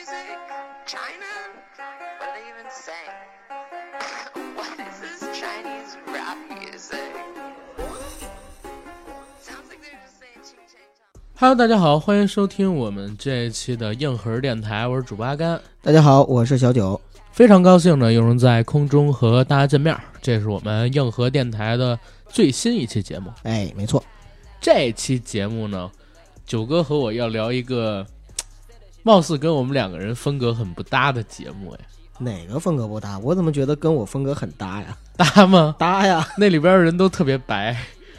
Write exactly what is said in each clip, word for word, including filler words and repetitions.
music? China? What are they even saying? What is this Chinese rap music? Sounds like they're just saying ching chang chang. Hello， 大家好，欢迎收听我们这一期的硬核电台，我是主播阿甘。 大家好，我是小九。 非常高兴呢，有人在空中和大家见面，这是我们硬核电台的最新一期节目。 哎，没错， 这期节目呢，九哥和我要聊一个貌似跟我们两个人风格很不搭的节目。哎， 哪个风格不搭？我怎么觉得跟我风格很搭呀？ 搭吗？ 搭呀， 那里边的人都特别白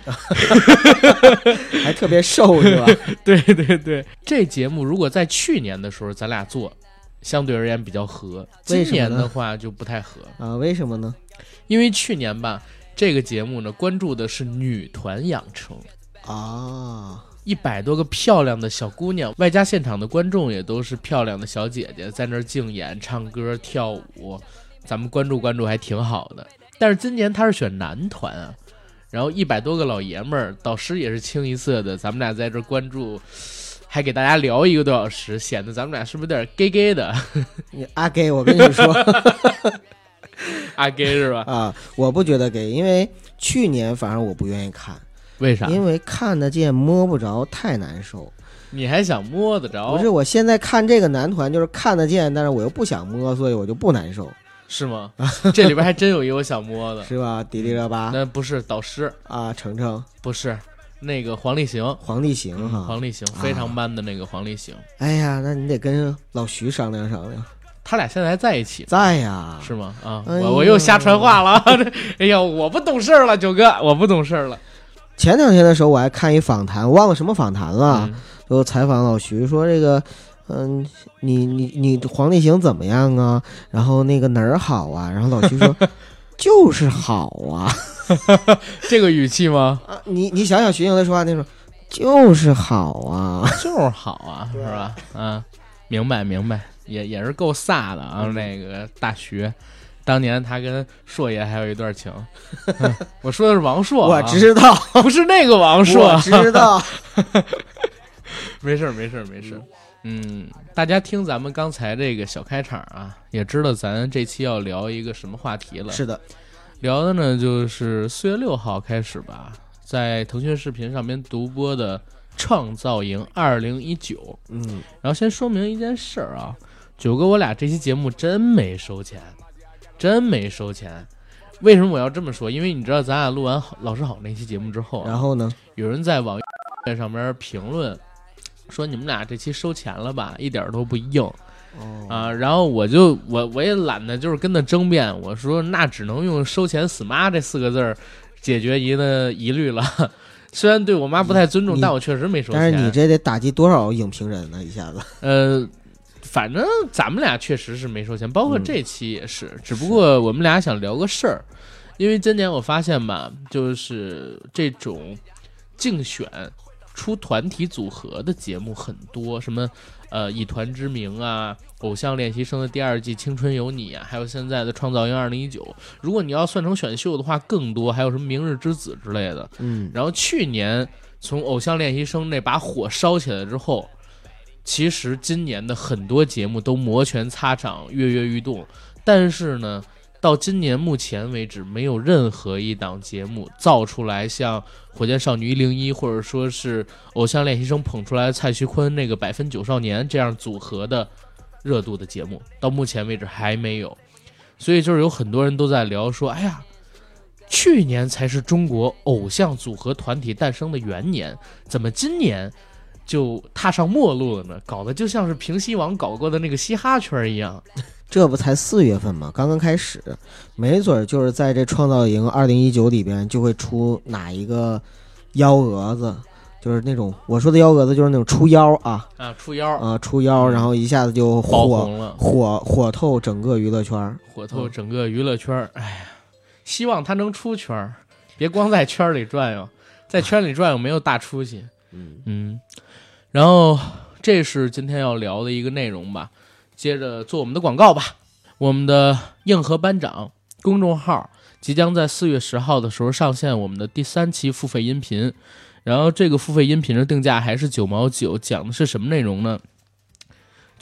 还特别瘦是吧？ 对对对，这节目如果在去年的时候咱俩做，相对而言比较合，今年的话就不太合啊。为什么呢？ 因为去年吧，这个节目呢关注的是女团养成啊， 一百多个漂亮的小姑娘，外加现场的观众也都是漂亮的小姐姐，在那儿竞演、唱歌、跳舞，咱们关注关注还挺好的。但是今年他是选男团啊，然后一百多个老爷们儿，导师也是清一色的，咱们俩在这关注。还给大家聊一个多小时，显得咱们俩是不是有点 gay gay 的？ 你阿 gay， 我跟你说， 阿 gay 是吧？ 啊，我不觉得 gay， 因为去年反正我不愿意看， 为啥？ 因为看得见摸不着，太难受。 你还想摸得着？ 不是，我现在看这个男团就是看得见，但是我又不想摸，所以我就不难受。 是吗？这里边还真有一个我想摸的， 是吧？迪丽热巴？ 那不是导师啊，程程不是。那个黄立行， 黄立行哈、嗯， 黄立行非常 man 的那个黄立行、啊。 哎呀，那你得跟老徐商量商量。 他俩现在还在一起？ 在呀， 是吗？啊， 哎、 我我又瞎传话了。哎呀，我不懂事了，九哥，我不懂事了。 前两天的时候，我还看一访谈，忘了什么访谈了，嗯、就采访老徐说这个，嗯，你你你黄立行怎么样啊？然后那个哪儿好啊？然后老徐说，就是好啊。 这个语气吗？ 啊，你你想想徐静蕾说话那种，就是好啊， 就是好啊，是吧？嗯，明白明白，也也是够飒的啊。嗯、那个大徐，当年他跟硕爷还有一段情。嗯、我说的是王朔、啊， 我知道， 不是那个王朔， 我知道。 没事没事没事。嗯，大家听咱们刚才这个小开场啊，也知道咱这期要聊一个什么话题了。 是的。 聊的呢就是四月六号开始吧，在腾讯视频上面独播的创造营二零一九。 嗯， 然后先说明一件事儿啊，九哥我俩这期节目真没收钱，真没收钱。为什么我要这么说？因为你知道咱俩录完老师好那期节目之后、啊， 然后呢， 有人在网页上面评论说你们俩这期收钱了吧，一点都不硬。 哦、 啊，然后我就我我也懒得就是跟他争辩，我说那只能用收钱死妈这四个字儿解决疑的疑虑了。虽然对我妈不太尊重，但我确实没收钱。 但是你这得打击多少影评人呢？一下子， 呃，反正咱们俩确实是没收钱，包括这期也是。嗯、只不过我们俩想聊个事儿，因为今年我发现吧，就是这种竞选出团体组合的节目很多，什么。呃，以团之名啊，偶像练习生的第二季青春有你啊，还有现在的创造营二零一九，如果你要算成选秀的话更多，还有什么明日之子之类的。 嗯， 然后去年从偶像练习生那把火烧起来之后，其实今年的很多节目都摩拳擦掌，跃跃欲动，但是呢到今年目前为止，没有任何一档节目造出来像火箭少女一零一，或者说是偶像练习生捧出来蔡徐坤那个百分九少年这样组合的热度的节目，到目前为止还没有。所以就是有很多人都在聊说，哎呀，去年才是中国偶像组合团体诞生的元年，怎么今年就踏上末路了呢？搞得就像是平西王搞过的那个嘻哈圈一样。 这不才四月份吗？刚刚开始，没准就是在这创造营二零一九里边就会出哪一个幺蛾子，就是那种我说的幺蛾子就是那种出妖啊啊出妖啊出妖，然后一下子就火爆红了， 火火透整个娱乐圈， 火透整个娱乐圈。哎呀，希望他能出圈，别光在圈里转悠，在圈里转悠没有大出息。 嗯嗯，然后这是今天要聊的一个内容吧。接着做我们的广告吧，我们的硬核班长公众号即将在四月十号的时候上线我们的第三期付费音频，然后这个付费音频的定价还是九毛九，讲的是什么内容呢？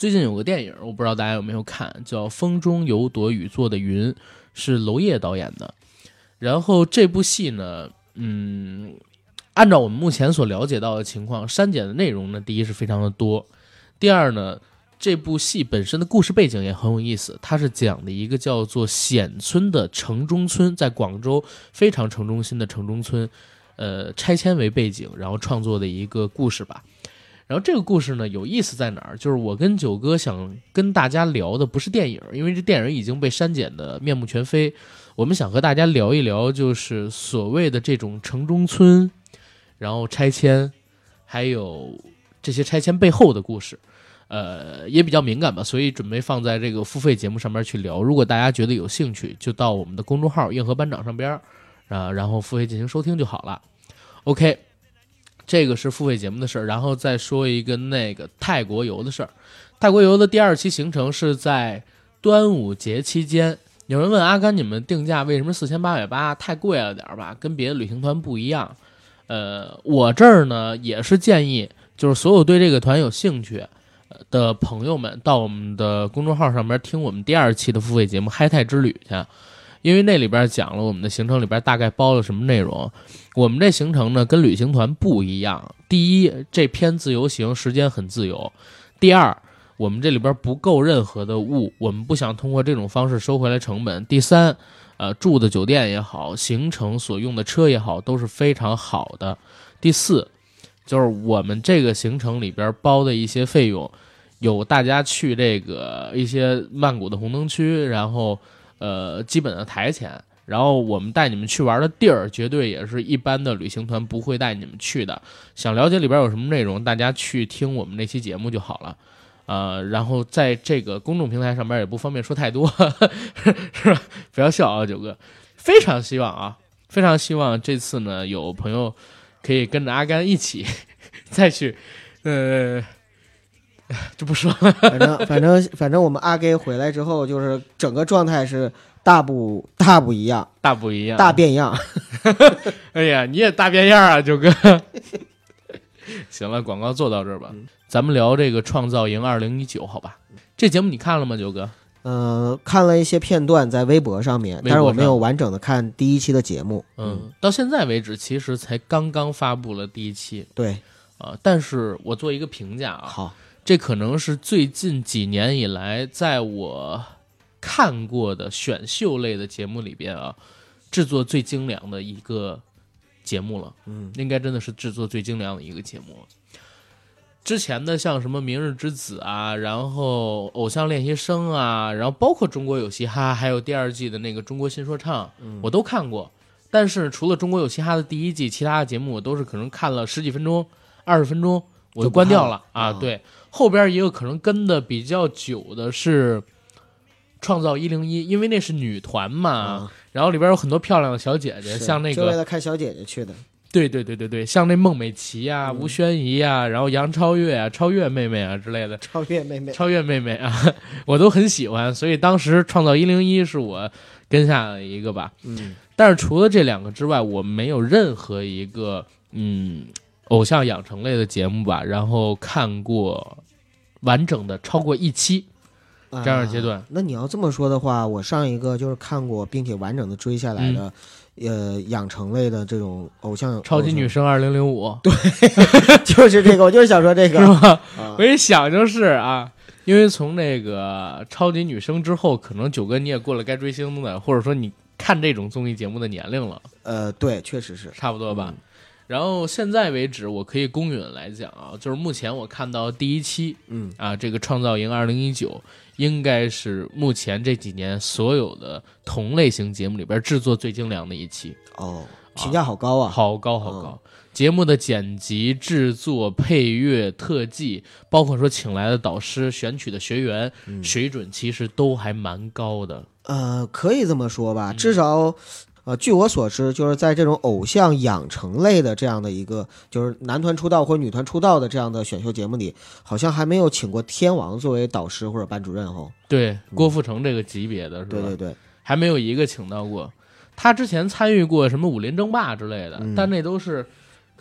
最近有个电影，我不知道大家有没有看，叫《风中有朵雨做的云》，是娄烨导演的。然后这部戏呢，嗯，按照我们目前所了解到的情况，删减的内容呢，第一是非常的多，第二呢，这部戏本身的故事背景也很有意思，它是讲的一个叫做显村的城中村，在广州非常城中心的城中村，呃，拆迁为背景，然后创作的一个故事吧。然后这个故事呢，有意思在哪儿？就是我跟九哥想跟大家聊的不是电影，因为这电影已经被删减的面目全非。我们想和大家聊一聊，就是所谓的这种城中村，然后拆迁，还有这些拆迁背后的故事。呃，也比较敏感吧，所以准备放在这个付费节目上面去聊。如果大家觉得有兴趣，就到我们的公众号硬核班长上边啊，然后付费进行收听就好了。OK。这个是付费节目的事儿，然后再说一个那个泰国游的事儿。泰国游的第二期行程是在端午节期间。有人问阿甘，你们定价为什么四千八百八？太贵了点吧？跟别的旅行团不一样。呃，我这儿呢也是建议，就是所有对这个团有兴趣的朋友们，到我们的公众号上面听我们第二期的付费节目《嗨泰之旅》去。因为那里边讲了我们的行程里边大概包了什么内容。我们这行程呢跟旅行团不一样，第一，这篇自由行时间很自由；第二，我们这里边不购任何的物，我们不想通过这种方式收回来成本；第三，呃，住的酒店也好，行程所用的车也好，都是非常好的；第四，就是我们这个行程里边包的一些费用，有大家去这个一些曼谷的红灯区，然后呃，基本的台钱，然后我们带你们去玩的地儿，绝对也是一般的旅行团不会带你们去的。想了解里边有什么内容，大家去听我们那期节目就好了。呃，然后在这个公众平台上边也不方便说太多，呵呵是吧？不要笑啊，九哥。非常希望啊，非常希望这次呢，有朋友可以跟着阿甘一起再去，呃。就不说了， 反正反正反正我们阿给回来之后，就是整个状态是大不大不一样， 大不一样， 大变样。 哎呀，你也大变样啊，九哥。行了，广告做到这儿吧，嗯、咱们聊这个创造营二零一九，好吧？这节目你看了吗，九哥？ 呃，看了一些片段在微博上面，但是我没有完整的看第一期的节目。 嗯，嗯到现在为止，其实才刚刚发布了第一期。 对， 啊、呃，但是我做一个评价啊， 好。 这可能是最近几年以来，在我看过的选秀类的节目里边啊，制作最精良的一个节目了。 嗯， 应该真的是制作最精良的一个节目了。之前的像什么《明日之子》啊，然后《偶像练习生》啊，然后包括《中国有嘻哈》，还有第二季的那个《中国新说唱》， 嗯， 我都看过。但是除了《中国有嘻哈》的第一季，其他的节目我都是可能看了十几分钟、二十分钟，我就关掉了啊。 嗯、 对。后边也有可能跟的比较久的是创造一零一，因为那是女团嘛、嗯、然后里边有很多漂亮的小姐姐，像那个就为了看小姐姐去的。 对对对对对，像那孟美岐啊、 嗯、 吴宣仪啊，然后杨超越啊、超越妹妹啊之类的， 超越妹妹超越妹妹啊，我都很喜欢，所以当时创造一零一是我跟下的一个吧。 嗯， 但是除了这两个之外，我没有任何一个嗯偶像养成类的节目吧，然后看过完整的超过一期这样的阶段、 啊。那你要这么说的话，我上一个就是看过并且完整的追下来的、嗯、呃养成类的这种偶像超级女声二零零五， 对，就是这个，我就是想说这个， 是吧？ 啊、 我一想就是啊，因为从那个超级女声之后，可能九哥你也过了该追星的，或者说你看这种综艺节目的年龄了。 呃，对，确实是差不多吧。 嗯， 然后现在为止，我可以公允来讲啊，就是目前我看到第一期， 嗯啊，这个创造营二零一九应该是目前这几年所有的同类型节目里边制作最精良的一期。 哦，评价好高啊， 好高好高。 嗯、 节目的剪辑、制作、配乐、特技，包括说请来的导师、选取的学员， 嗯、 水准其实都还蛮高的。 呃，可以这么说吧，至少。呃，据我所知，就是在这种偶像养成类的这样的一个，就是男团出道或者女团出道的这样的选秀节目里，好像还没有请过天王作为导师或者班主任哦。 对，郭富城这个级别的、嗯、是吧？ 对对对， 还没有一个请到过。他之前参与过什么武林争霸之类的， 嗯、 但那都是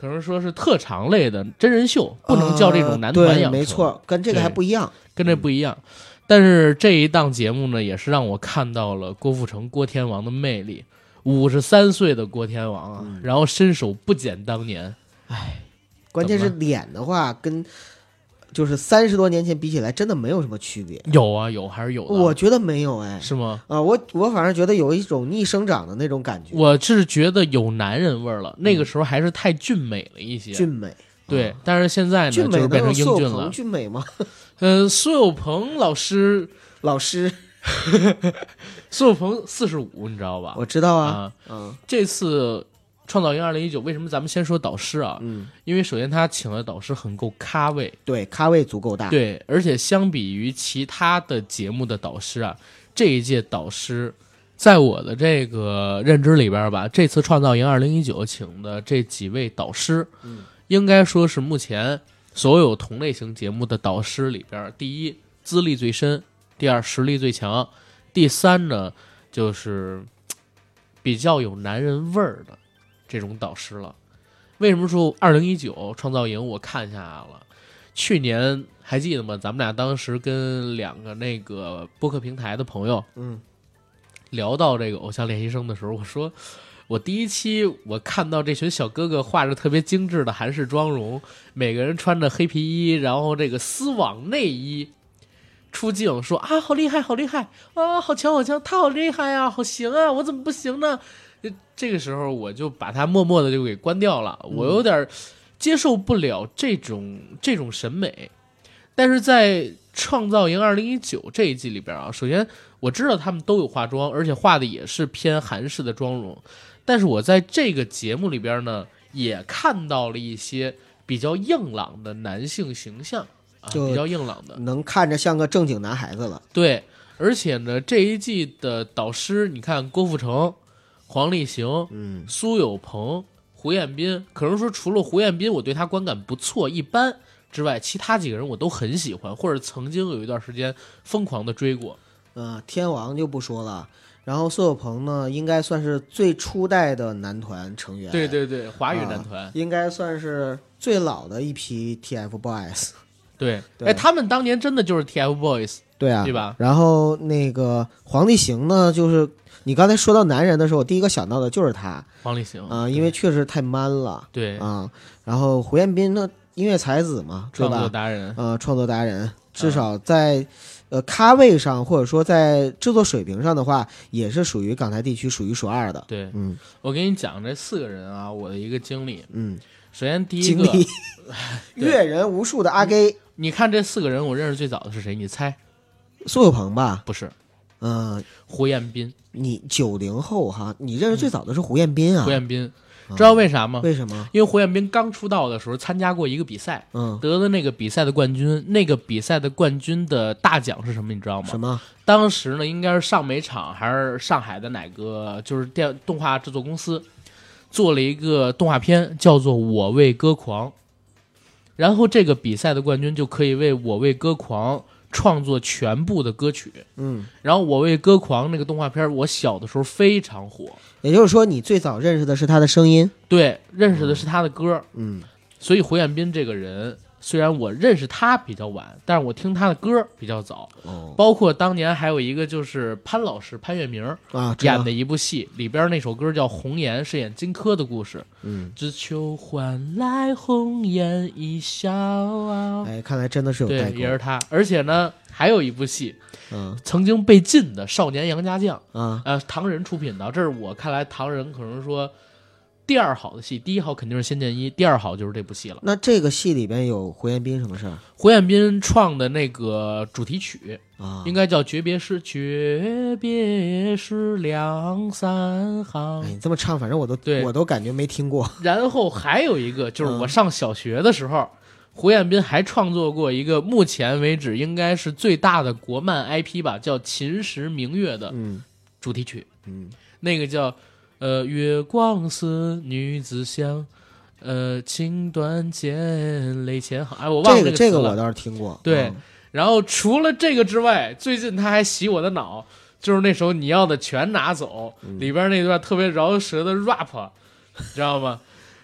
可能说是特长类的真人秀，不能叫这种男团养成、 呃、对，没错，跟这个还不一样， 跟这不一样。但是这一档节目呢，也是让我看到了郭富城郭天王的魅力。五十三岁的郭天王啊、嗯，然后身手不减当年。 哎，关键是脸的话，跟就是三十多年前比起来，真的没有什么区别。 有啊，有还是有的。 我觉得没有，哎， 是吗？ 啊，我我反而觉得有一种逆生长的那种感觉。 我是觉得有男人味儿了，那个时候还是太俊美了一些。 俊美， 对， 啊、 但是现在呢，就是变成英俊了。 俊美吗？ 呃，苏有朋老师， 老师。 苏有朋四十五，你知道吧？ 我知道啊。 啊， 嗯， 这次创造营二零一九，为什么咱们先说导师啊？ 嗯， 因为首先他请的导师很够咖位， 对，咖位足够大。 对，而且相比于其他的节目的导师啊，这一届导师，在我的这个认知里边吧，这次创造营二零一九请的这几位导师， 嗯， 应该说是目前所有同类型节目的导师里边，第一资历最深。第二，实力最强；第三呢，就是比较有男人味儿的这种导师了。为什么说二零一九创造营我看下来了？去年还记得吗？咱们俩当时跟两个那个播客平台的朋友， 嗯， 聊到这个偶像练习生的时候，我说我第一期我看到这群小哥哥画着特别精致的韩式妆容，每个人穿着黑皮衣，然后这个丝网内衣。出镜说啊，好厉害，好厉害啊，好强，好强，他好厉害啊，好行啊，我怎么不行呢？这个时候我就把他默默的就给关掉了，我有点接受不了这种这种审美。但是在创造营二零一九这一季里边啊，首先我知道他们都有化妆，而且化的也是偏韩式的妆容，但是我在这个节目里边呢，也看到了一些比较硬朗的男性形象。啊、比较硬朗的， 能看着像个正经男孩子了。 对，而且呢，这一季的导师，你看郭富城、黄立行、 嗯、 苏有朋、胡彦斌，可能说除了胡彦斌我对他观感不错一般之外，其他几个人我都很喜欢，或者曾经有一段时间疯狂的追过。 呃，天王就不说了，然后苏有朋呢，应该算是最初代的男团成员。 对对对，华语男团、 啊、应该算是最老的一批 T F Boys。 对，哎，他们当年真的就是 T F Boys， 对啊， 对吧？ 然后那个黄立行呢，就是你刚才说到男人的时候，我第一个想到的就是他， 黄立行啊、呃，因为确实太 man 了， 对啊。然后胡彦斌呢，音乐才子嘛，对吧？ 创作达人， 呃，创作达人，至少在、啊、呃咖位上或者说在制作水平上的话，也是属于港台地区数一数二的。 对， 嗯， 我给你讲这四个人啊，我的一个经历， 嗯。 首先第一个阅人无数的阿 Gay， 你看这四个人，我认识最早的是谁？你猜？ 苏有朋吧？ 不是， 嗯、呃， 胡彦斌。 你九零后哈，你认识最早的是胡彦斌啊？ 胡彦斌，知道为啥吗？ 为什么？ 因为胡彦斌刚出道的时候参加过一个比赛， 嗯， 得的那个比赛的冠军。那个比赛的冠军的大奖是什么？你知道吗？ 什么？ 当时呢，应该是上美厂还是上海的哪个，就是电动画制作公司。做了一个动画片叫做《我为歌狂》，然后这个比赛的冠军就可以为我为歌狂创作全部的歌曲。 嗯， 然后我为歌狂那个动画片我小的时候非常火， 也就是说你最早认识的是他的声音。 对，认识的是他的歌。 嗯， 所以胡彦斌这个人虽然我认识他比较晚，但是我听他的歌比较早。 哦， 包括当年还有一个就是潘老师潘粤明啊演的一部戏，里边那首歌叫《红颜》，是演荆轲的故事。 嗯， 只求换来红颜一笑。 哎，看来真的是有代沟。 对，也是他。而且呢，还有一部戏， 嗯， 曾经被禁的《少年杨家将》 啊， 呃，唐人出品的，这是我看来唐人可能说第二好的戏，第一好肯定是《仙剑一》，第二好就是这部戏了。 那这个戏里边有胡彦斌什么事儿？ 胡彦斌创的那个主题曲啊， 应该叫《诀别诗》，诀别诗两三行。 哎，你这么唱，反正我都对， 我都感觉没听过。 然后还有一个就是我上小学的时候，嗯、胡彦斌还创作过一个目前为止应该是最大的国漫 I P 吧，叫《秦时明月》的主题曲。 嗯， 那个叫。呃，月光似女子香，呃，情断剑泪千行。哎，我忘了这个这个我倒是听过。 对、 嗯， 然后除了这个之外，最近他还洗我的脑，就是那首《你要的全拿走》、 嗯、 里边那段特别饶舌的 rap， 知道吗？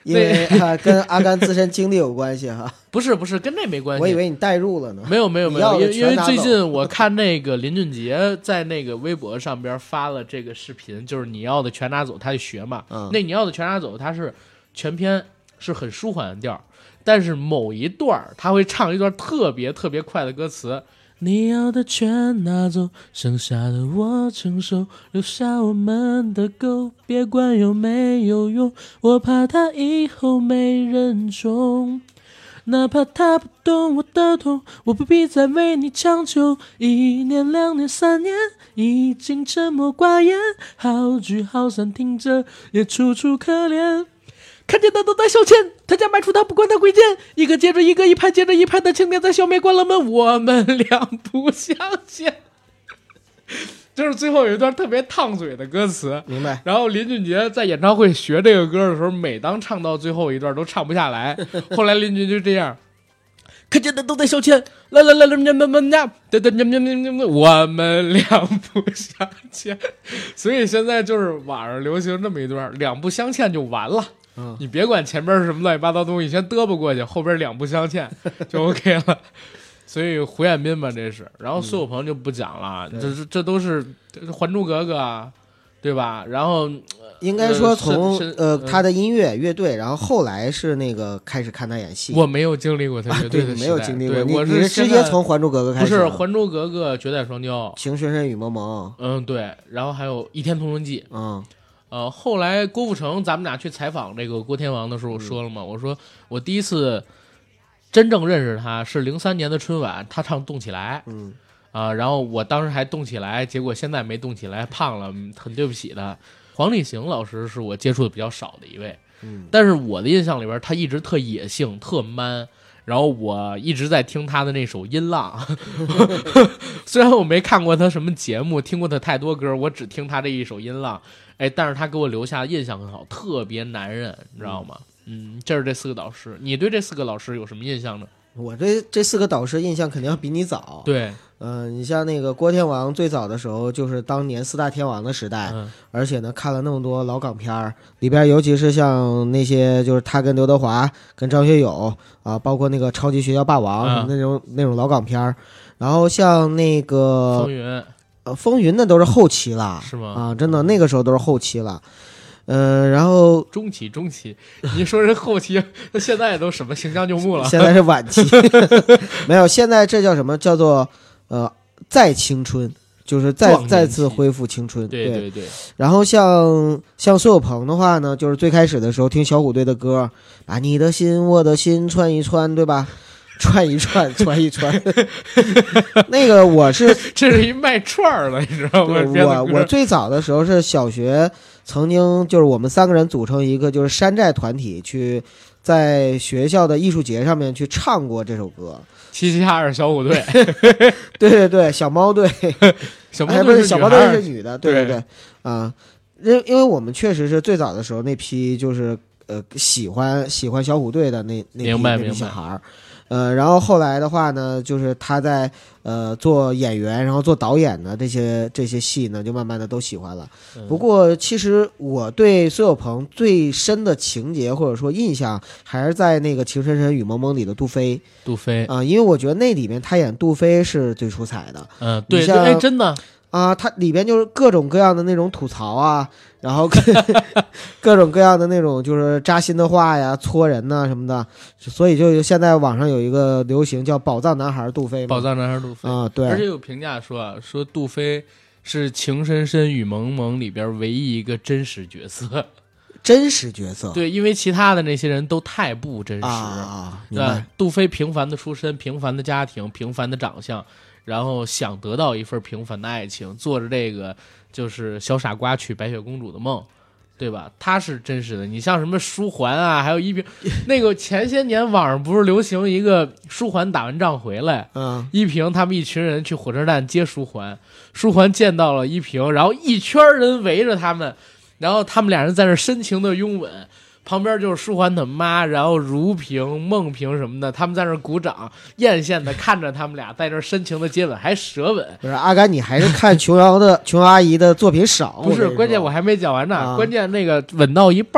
因为、啊、跟阿甘自身经历有关系哈。 不是不是，跟这没关系。 我以为你代入了呢。 没有没有没有， 你要的因为因为全拿走最近我看那个林俊杰在那个微博上边发了这个视频，就是你要的全拿走，他去学嘛。 嗯， 那你要的全拿走，他是全篇是很舒缓的调，但是某一段他会唱一段特别特别快的歌词。你要的全拿走，剩下的我承受，留下我们的狗，别管有没有用，我怕他以后没人宠，哪怕他不懂我的痛，我不必再为你强求。一年两年三年，已经沉默寡言，好聚好散，听着也楚楚可怜。看见的都在消遣，他家卖出他不管他贵贱，一个接着一个，一排接着一排的青年在消灭关了门，我们两不相欠。就是最后有一段特别烫嘴的歌词， 明白。 然后林俊杰在演唱会学这个歌的时候，每当唱到最后一段都唱不下来。后来林俊杰就这样，看见的都在消遣，啦啦啦啦啦啦啦啦，哒哒啦啦啦啦，我们两不相欠。所以现在就是网上流行这么一段，两不相欠就完了。 嗯， 你别管前面是什么乱七八糟东西，先嘚啵过去，后边两不相欠就 OK 了。所以胡彦斌吧，这是，然后苏有朋就不讲了， 嗯、 这是这都是《还珠格格》，对吧？然后应该说从呃, 呃他的音乐乐队，然后后来是那个开始看他演戏。 我没有经历过他乐队的时代、 啊、对，没有经历过， 我是你是直接从《还珠格格》开始。 不是《还珠格格》，绝代双骄， 情深深雨蒙蒙。 嗯，对，然后还有《倚天屠龙记》。 嗯。 呃，后来郭富城，咱们俩去采访这个郭天王的时候，我说了嘛，嗯、我说我第一次真正认识他是零三年的春晚，他唱《动起来》， 嗯， 啊、呃，然后我当时还动起来，结果现在没动起来，胖了，很对不起他。黄立行老师是我接触的比较少的一位， 嗯， 但是我的印象里边，他一直特野性，特 man。然后我一直在听他的那首《音浪》，虽然我没看过他什么节目，听过他太多歌，我只听他这一首《音浪》。哎，但是他给我留下的印象很好，特别男人，你知道吗？嗯，这是这四个导师，你对这四个老师有什么印象呢？ 我对这四个导师印象肯定要比你早。 对， 嗯、呃，你像那个郭天王最早的时候就是当年四大天王的时代， 嗯、 而且呢看了那么多老港片儿，里边尤其是像那些就是他跟刘德华、跟张学友啊，包括那个超级学校霸王、 嗯、 什么那种那种老港片儿，然后像那个风云， 呃，风云那都是后期了， 是吗？ 啊，真的那个时候都是后期了。嗯、呃，然后中期中期，你说人后期，那现在都什么行将就木了？ 现在是晚期，没有，现在这叫什么？叫做呃再青春，就是再再次恢复青春。 对对对对。 然后像像苏有朋的话呢，就是最开始的时候听小虎队的歌，把你的心我的心串一串，对吧？串一串，串一串。那个我是这是一卖串了，你知道吗？ 我我最早的时候是小学，曾经就是我们三个人组成一个就是山寨团体，去在学校的艺术节上面去唱过这首歌。 齐齐哈尔小虎队， 对对对，小猫队， 小猫队是小猫队是女的，对对对对，啊，因因为我们确实是最早的时候那批就是呃喜欢喜欢小虎队的那那批那批小孩儿。呃，然后后来的话呢，就是他在呃做演员，然后做导演的这些这些戏呢，就慢慢的都喜欢了。 嗯、 不过，其实我对苏有朋最深的情节或者说印象，还是在那个《情深深雨蒙蒙》里的杜飞。 杜飞啊、呃，因为我觉得那里面他演杜飞是最出彩的。 嗯，对对，哎，真的。 啊，它里边就是各种各样的那种吐槽啊，然后各种各样的那种就是扎心的话呀、戳人呐、啊、什么的，所以就现在网上有一个流行叫“宝藏男孩杜飞”嘛。 宝藏男孩杜飞啊，对。 而且有评价说啊，说杜飞是《情深深雨蒙蒙》里边唯一一个真实角色。 真实角色。 对，因为其他的那些人都太不真实啊， 对吧？杜飞平凡的出身、平凡的家庭、平凡的长相。然后想得到一份平凡的爱情，做着这个就是小傻瓜娶白雪公主的梦，对吧？他是真实的。你像什么舒缓啊，还有一平，那个前些年网上不是流行一个舒缓打完仗回来， 嗯， 一平他们一群人去火车站接舒缓，舒缓见到了一平，然后一圈人围着他们，然后他们俩人在那深情的拥吻。旁边就是舒缓他妈，然后如萍、孟萍什么的，他们在那鼓掌，艳羡的看着他们俩在那深情的接吻，还舌吻。 不是阿甘，你还是看琼瑶的琼瑶阿姨的作品少。 不是，关键我还没讲完呢。 啊、 关键那个吻到一半，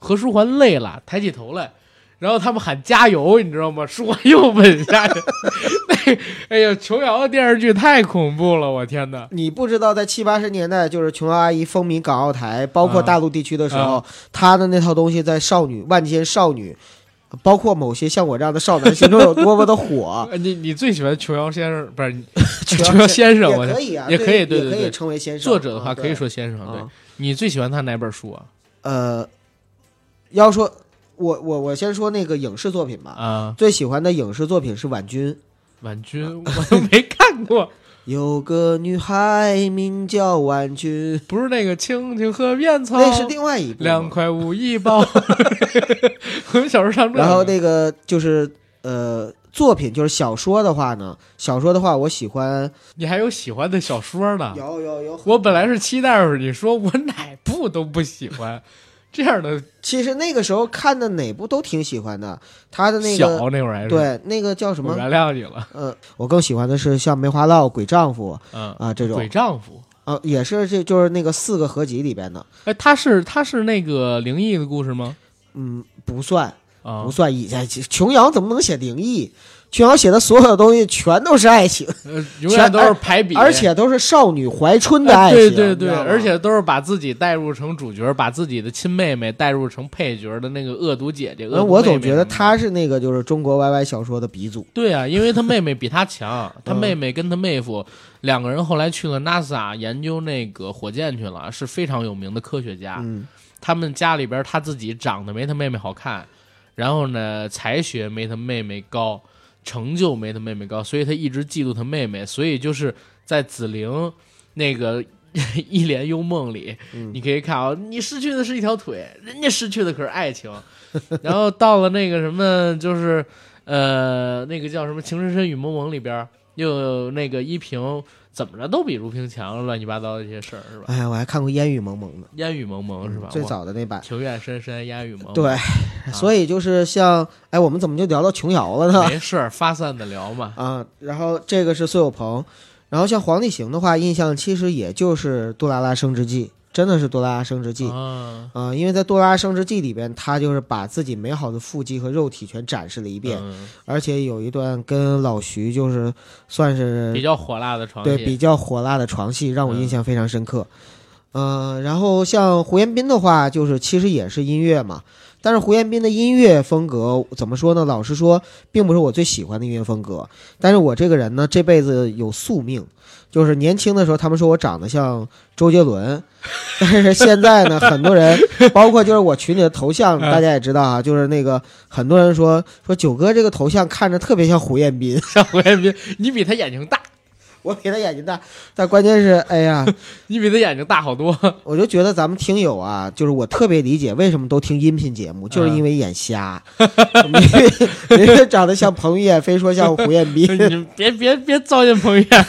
何书桓累了，抬起头来，然后他们喊加油，你知道吗？书桓又吻下去。那哎呀，琼瑶的电视剧太恐怖了，我天哪！ 你不知道，在七八十年代，就是琼瑶阿姨风靡港澳台，包括大陆地区的时候， 啊、 她的那套东西在少女万千少女，包括某些像我这样的少男心中有多么的火。 你你最喜欢琼瑶先生不是？ 琼瑶先生， 也可以啊， 也可以，对对对， 也可以称为先生。 作者的话啊、 可以说先生。对、 啊， 你最喜欢他哪本书啊？ 呃，要说我我我先说那个影视作品吧。 啊， 最喜欢的影视作品是婉君。 婉君我都没看过。 有个女孩名叫婉君， 不是那个青青河边草， 那是另外一部， 两块五一包。我们小时候上这。 然后那个就是呃，作品就是小说的话呢，小说的话我喜欢。 你还有喜欢的小说呢？ 有有有。 我本来是期待着你说我哪部都不喜欢。这样的， 其实那个时候看的哪部都挺喜欢的。他的那个小那会儿还是对那个叫什么？ 我原谅你了。 呃，我更喜欢的是像《梅花烙》《鬼丈夫》 嗯啊这种。 鬼丈夫啊，也是这就是那个四个合集里边的。 哎，他是他是那个灵异的故事吗？ 嗯，不算， 啊、 不算。以前琼瑶怎么能写灵异？琼瑶写的所有的东西全都是爱情， 呃、永远都是排比， 而且都是少女怀春的爱情。 呃、对对对，而且都是把自己带入成主角，把自己的亲妹妹带入成配角的那个恶毒姐姐。恶毒妹妹我总觉得她是那个就是中国 Y Y 小说的鼻祖。 对啊，因为她妹妹比她强，她妹妹跟她妹夫两个人后来去了 NASA 研究那个火箭去了，是非常有名的科学家。 嗯， 他们家里边他自己长得没他妹妹好看，然后呢才学没他妹妹高。成就没他妹妹高，所以他一直嫉妒他妹妹，所以就是在紫菱那个一帘幽梦里、嗯、你可以看啊，你失去的是一条腿，人家失去的可是爱情。然后到了那个什么，就是呃那个叫什么《情深深雨蒙蒙》里边，又有那个依萍怎么着都比如萍强，乱七八糟的一些事儿是吧？ 哎呀，我还看过烟雨蒙蒙呢， 烟雨蒙蒙是吧？ 最早的那版情愿深深烟雨蒙蒙。 对、啊，所以就是像哎，我们怎么就聊到琼瑶了呢？ 没事，发散的聊嘛。 啊，然后这个是苏有朋，然后像黄帝行的话，印象其实也就是杜拉拉升职记。真的是杜拉拉升职记啊、呃，因为在杜拉拉升职记里边，他就是把自己美好的腹肌和肉体全展示了一遍， 嗯、 而且有一段跟老徐就是算是比较火辣的床戏， 对，比较火辣的床戏让我印象非常深刻。嗯、呃，然后像胡彦斌的话，就是其实也是音乐嘛，但是胡彦斌的音乐风格怎么说呢？老实说，并不是我最喜欢的音乐风格。但是我这个人呢，这辈子有宿命，就是年轻的时候他们说我长得像周杰伦，但是现在呢，很多人，包括就是我群里的头像，大家也知道啊，就是那个很多人说说九哥这个头像看着特别像胡彦斌， 像胡彦斌，你比他眼睛大。 我比他眼睛大，但关键是，哎呀， 你比他眼睛大好多。 我就觉得咱们听友啊，就是我特别理解为什么都听音频节目，就是因为眼瞎。嗯、人家长得像彭于晏，非说像胡彦斌。 你别别别糟践彭于晏。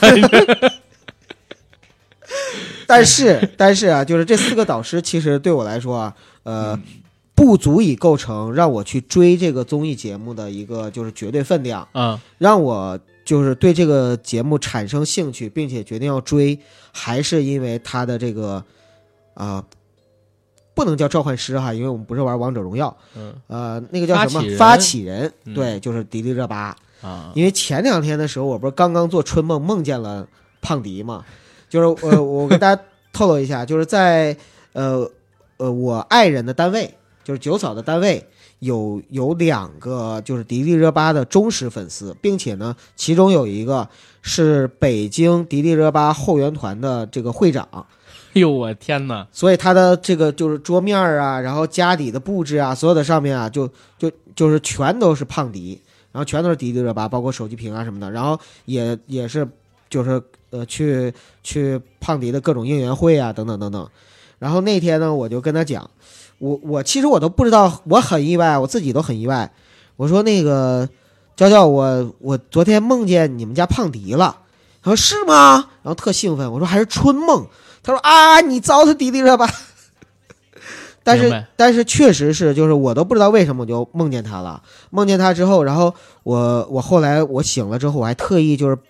但是但是啊，就是这四个导师，其实对我来说啊，呃。嗯不足以构成让我去追这个综艺节目的一个就是绝对分量， 嗯， 让我就是对这个节目产生兴趣，并且决定要追，还是因为他的这个啊、呃，不能叫召唤师哈，因为我们不是玩王者荣耀， 嗯， 呃，那个叫什么发起人， 发起人嗯、 对，就是迪丽热巴啊， 因为前两天的时候，我不是刚刚做春梦，梦见了胖迪嘛，就是呃，我跟大家透露一下，就是在呃呃我爱人的单位。就是九嫂的单位有有两个就是迪丽热巴的忠实粉丝，并且呢，其中有一个是北京迪丽热巴后援团的这个会长。 哎呦我天哪！ 所以他的这个就是桌面啊，然后家里的布置啊，所有的上面啊，就就就是全都是胖迪，然后全都是迪丽热巴，包括手机屏啊什么的，然后也也是就是呃去去胖迪的各种应援会啊等等等等。然后那天呢，我就跟他讲。我我其实我都不知道，我很意外，我自己都很意外。我说那个娇娇，我我昨天梦见你们家胖迪了。他说是吗？然后特兴奋。我说还是春梦。他说啊，你糟蹋迪丽热巴。但是但是确实是，就是我都不知道为什么我就梦见他了。梦见他之后，然后我我后来我醒了之后，我还特意就是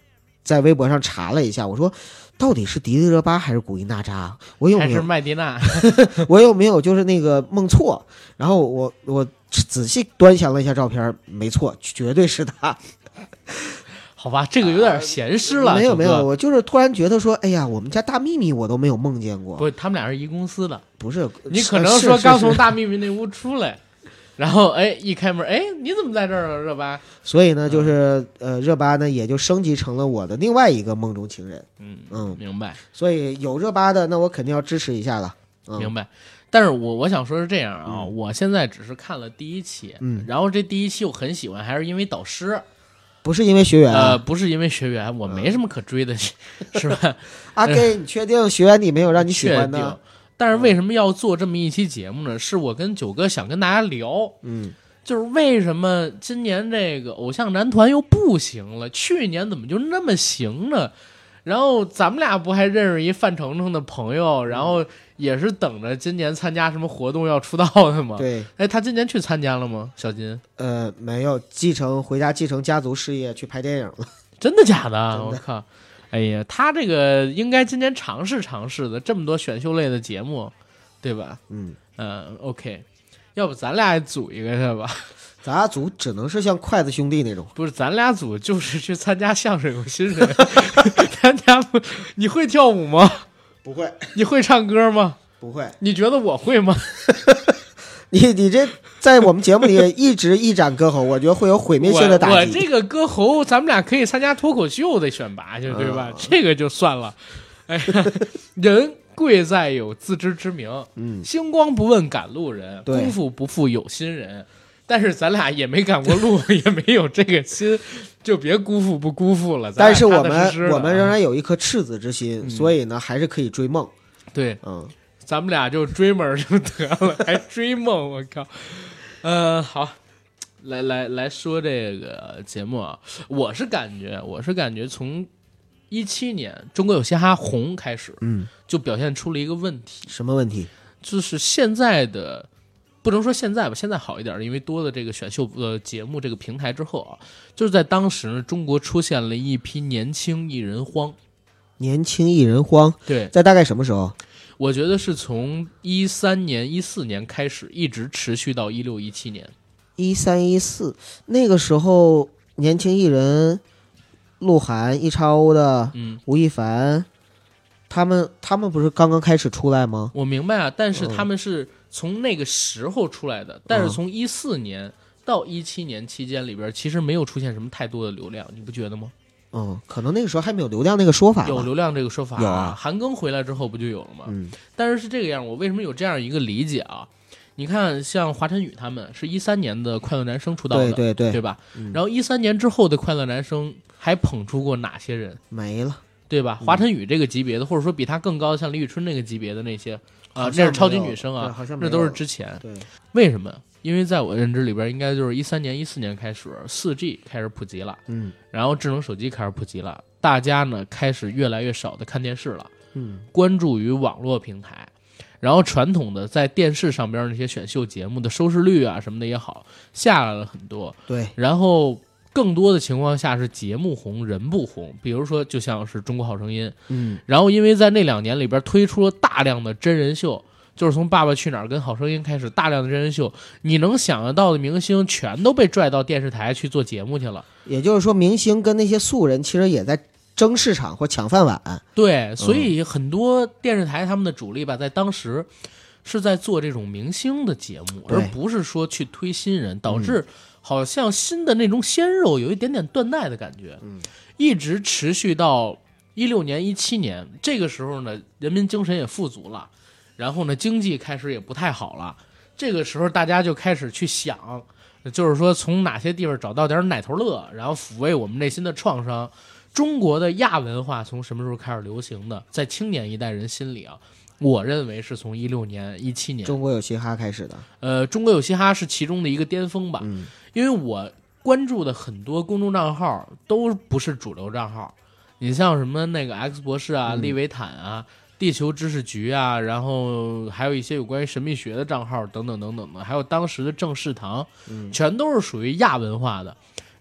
在微博上查了一下，我说到底是迪丽热巴还是古力娜扎？我有没有还是麦迪娜？ 我有没有就是那个梦错？然后我我仔细端详了一下照片，没错，绝对是她。 好吧，这个有点闲诗了。 啊、没有九哥没有，我就是突然觉得说，哎呀，我们家大秘密我都没有梦见过。 不，他们俩是一公司的。 不是， 你可能说刚从大秘密那屋出来。然后哎，一开门，哎，你怎么在这儿了，热巴？ 所以呢，就是呃，热巴呢也就升级成了我的另外一个梦中情人。 嗯嗯， 明白。 所以有热巴的，那我肯定要支持一下了。嗯、 明白。但是我我想说是这样啊， 嗯、 我现在只是看了第一期， 嗯， 然后这第一期我很喜欢，还是因为导师， 不是因为学员、啊， 呃，不是因为学员，我没什么可追的，嗯、是吧？ 阿 Gay，你确定学员你没有让你喜欢的？ 但是为什么要做这么一期节目呢？是我跟九哥想跟大家聊， 嗯。 就是为什么今年这个偶像男团又不行了？去年怎么就那么行呢？然后咱们俩不还认识一范丞丞的朋友，然后也是等着今年参加什么活动要出道的吗？ 对， 哎，他今年去参加了吗？小金？ 呃，没有，继承回家继承家族事业去拍电影了。 真的假的？我靠！哎呀，他这个应该今年尝试尝试的，这么多选秀类的节目，对吧？ 嗯嗯 ，OK。要不咱俩也组一个去吧？ 咱俩组只能是像筷子兄弟那种。 不是，咱俩组就是去参加相声有新人。参加不？你会跳舞吗？ 不会。 你会唱歌吗？ 不会。 你觉得我会吗？ 你你这在我们节目里一直一展歌喉，我觉得会有毁灭性的打击。 我, 我这个歌喉，咱们俩可以参加脱口秀的选拔去，对吧？嗯、这个就算了。哎呀，人。贵在有自知之明， 嗯， 星光不问赶路人，功夫不负有心人。但是咱俩也没赶过路，也没有这个心，就别辜负不辜负了。 但是我们踏踏实实我们仍然有一颗赤子之心， 嗯、 所以呢，还是可以追梦。 对， 嗯， 咱们俩就追门就得了，还追梦，我靠。嗯、呃，好，来来来说这个节目啊，我是感觉，我是感觉从。一七年中国有嘻哈红开始， 嗯， 就表现出了一个问题。 什么问题？ 就是现在的，不能说现在吧，现在好一点，因为多了这个选秀的节目这个平台之后啊，就是在当时呢，中国出现了一批年轻艺人荒。 年轻艺人荒， 对， 在大概什么时候？ 我觉得是从一三年、一四年开始，一直持续到一六、一七年。 一三一四那个时候，年轻艺人。鹿晗、易超的， 嗯， 吴亦凡，他们他们不是刚刚开始出来吗？ 我明白啊，但是他们是从那个时候出来的，嗯、但是从一四年到一七年期间里边，其实没有出现什么太多的流量，你不觉得吗？ 嗯，可能那个时候还没有流量那个说法。 有流量这个说法， 有啊。 韩庚回来之后不就有了吗？ 嗯， 但是是这个样，我为什么有这样一个理解啊？你看，像华晨宇他们是一三年的快乐男声出道的， 对对对， 对吧？ 嗯、 然后一三年之后的快乐男声还捧出过哪些人？ 没了， 对吧？ 嗯、 华晨宇这个级别的，或者说比他更高的，像李宇春那个级别的那些啊，那是超级女生啊，那都是之前。 对， 为什么？因为在我认知里边，应该就是一三年、一四年开始，四 G 开始普及了， 嗯， 然后智能手机开始普及了，大家呢开始越来越少的看电视了， 嗯， 关注于网络平台。然后传统的在电视上边那些选秀节目的收视率啊什么的也好，下来了很多。 对， 然后更多的情况下是节目红人不红，比如说就像是中国好声音， 嗯， 然后因为在那两年里边推出了大量的真人秀，就是从爸爸去哪儿跟好声音开始，大量的真人秀，你能想得到的明星全都被拽到电视台去做节目去了。 也就是说，明星跟那些素人其实也在争市场或抢饭碗。 对，所以很多电视台他们的主力吧，在当时是在做这种明星的节目，而不是说去推新人，导致好像新的那种鲜肉有一点点断代的感觉。 嗯， 一直持续到一六年、一七年，这个时候呢，人民精神也富足了，然后呢，经济开始也不太好了。这个时候大家就开始去想，就是说从哪些地方找到点奶头乐，然后抚慰我们内心的创伤。中国的亚文化从什么时候开始流行的？在青年一代人心里啊，我认为是从一六年、一七年， 中国有嘻哈开始的。 呃，中国有嘻哈是其中的一个巅峰吧。 嗯， 因为我关注的很多公众账号都不是主流账号，你像什么那个 X 博士啊、 嗯、 利维坦啊、地球知识局啊，然后还有一些有关于神秘学的账号等等等等的，还有当时的正视堂， 嗯， 全都是属于亚文化的。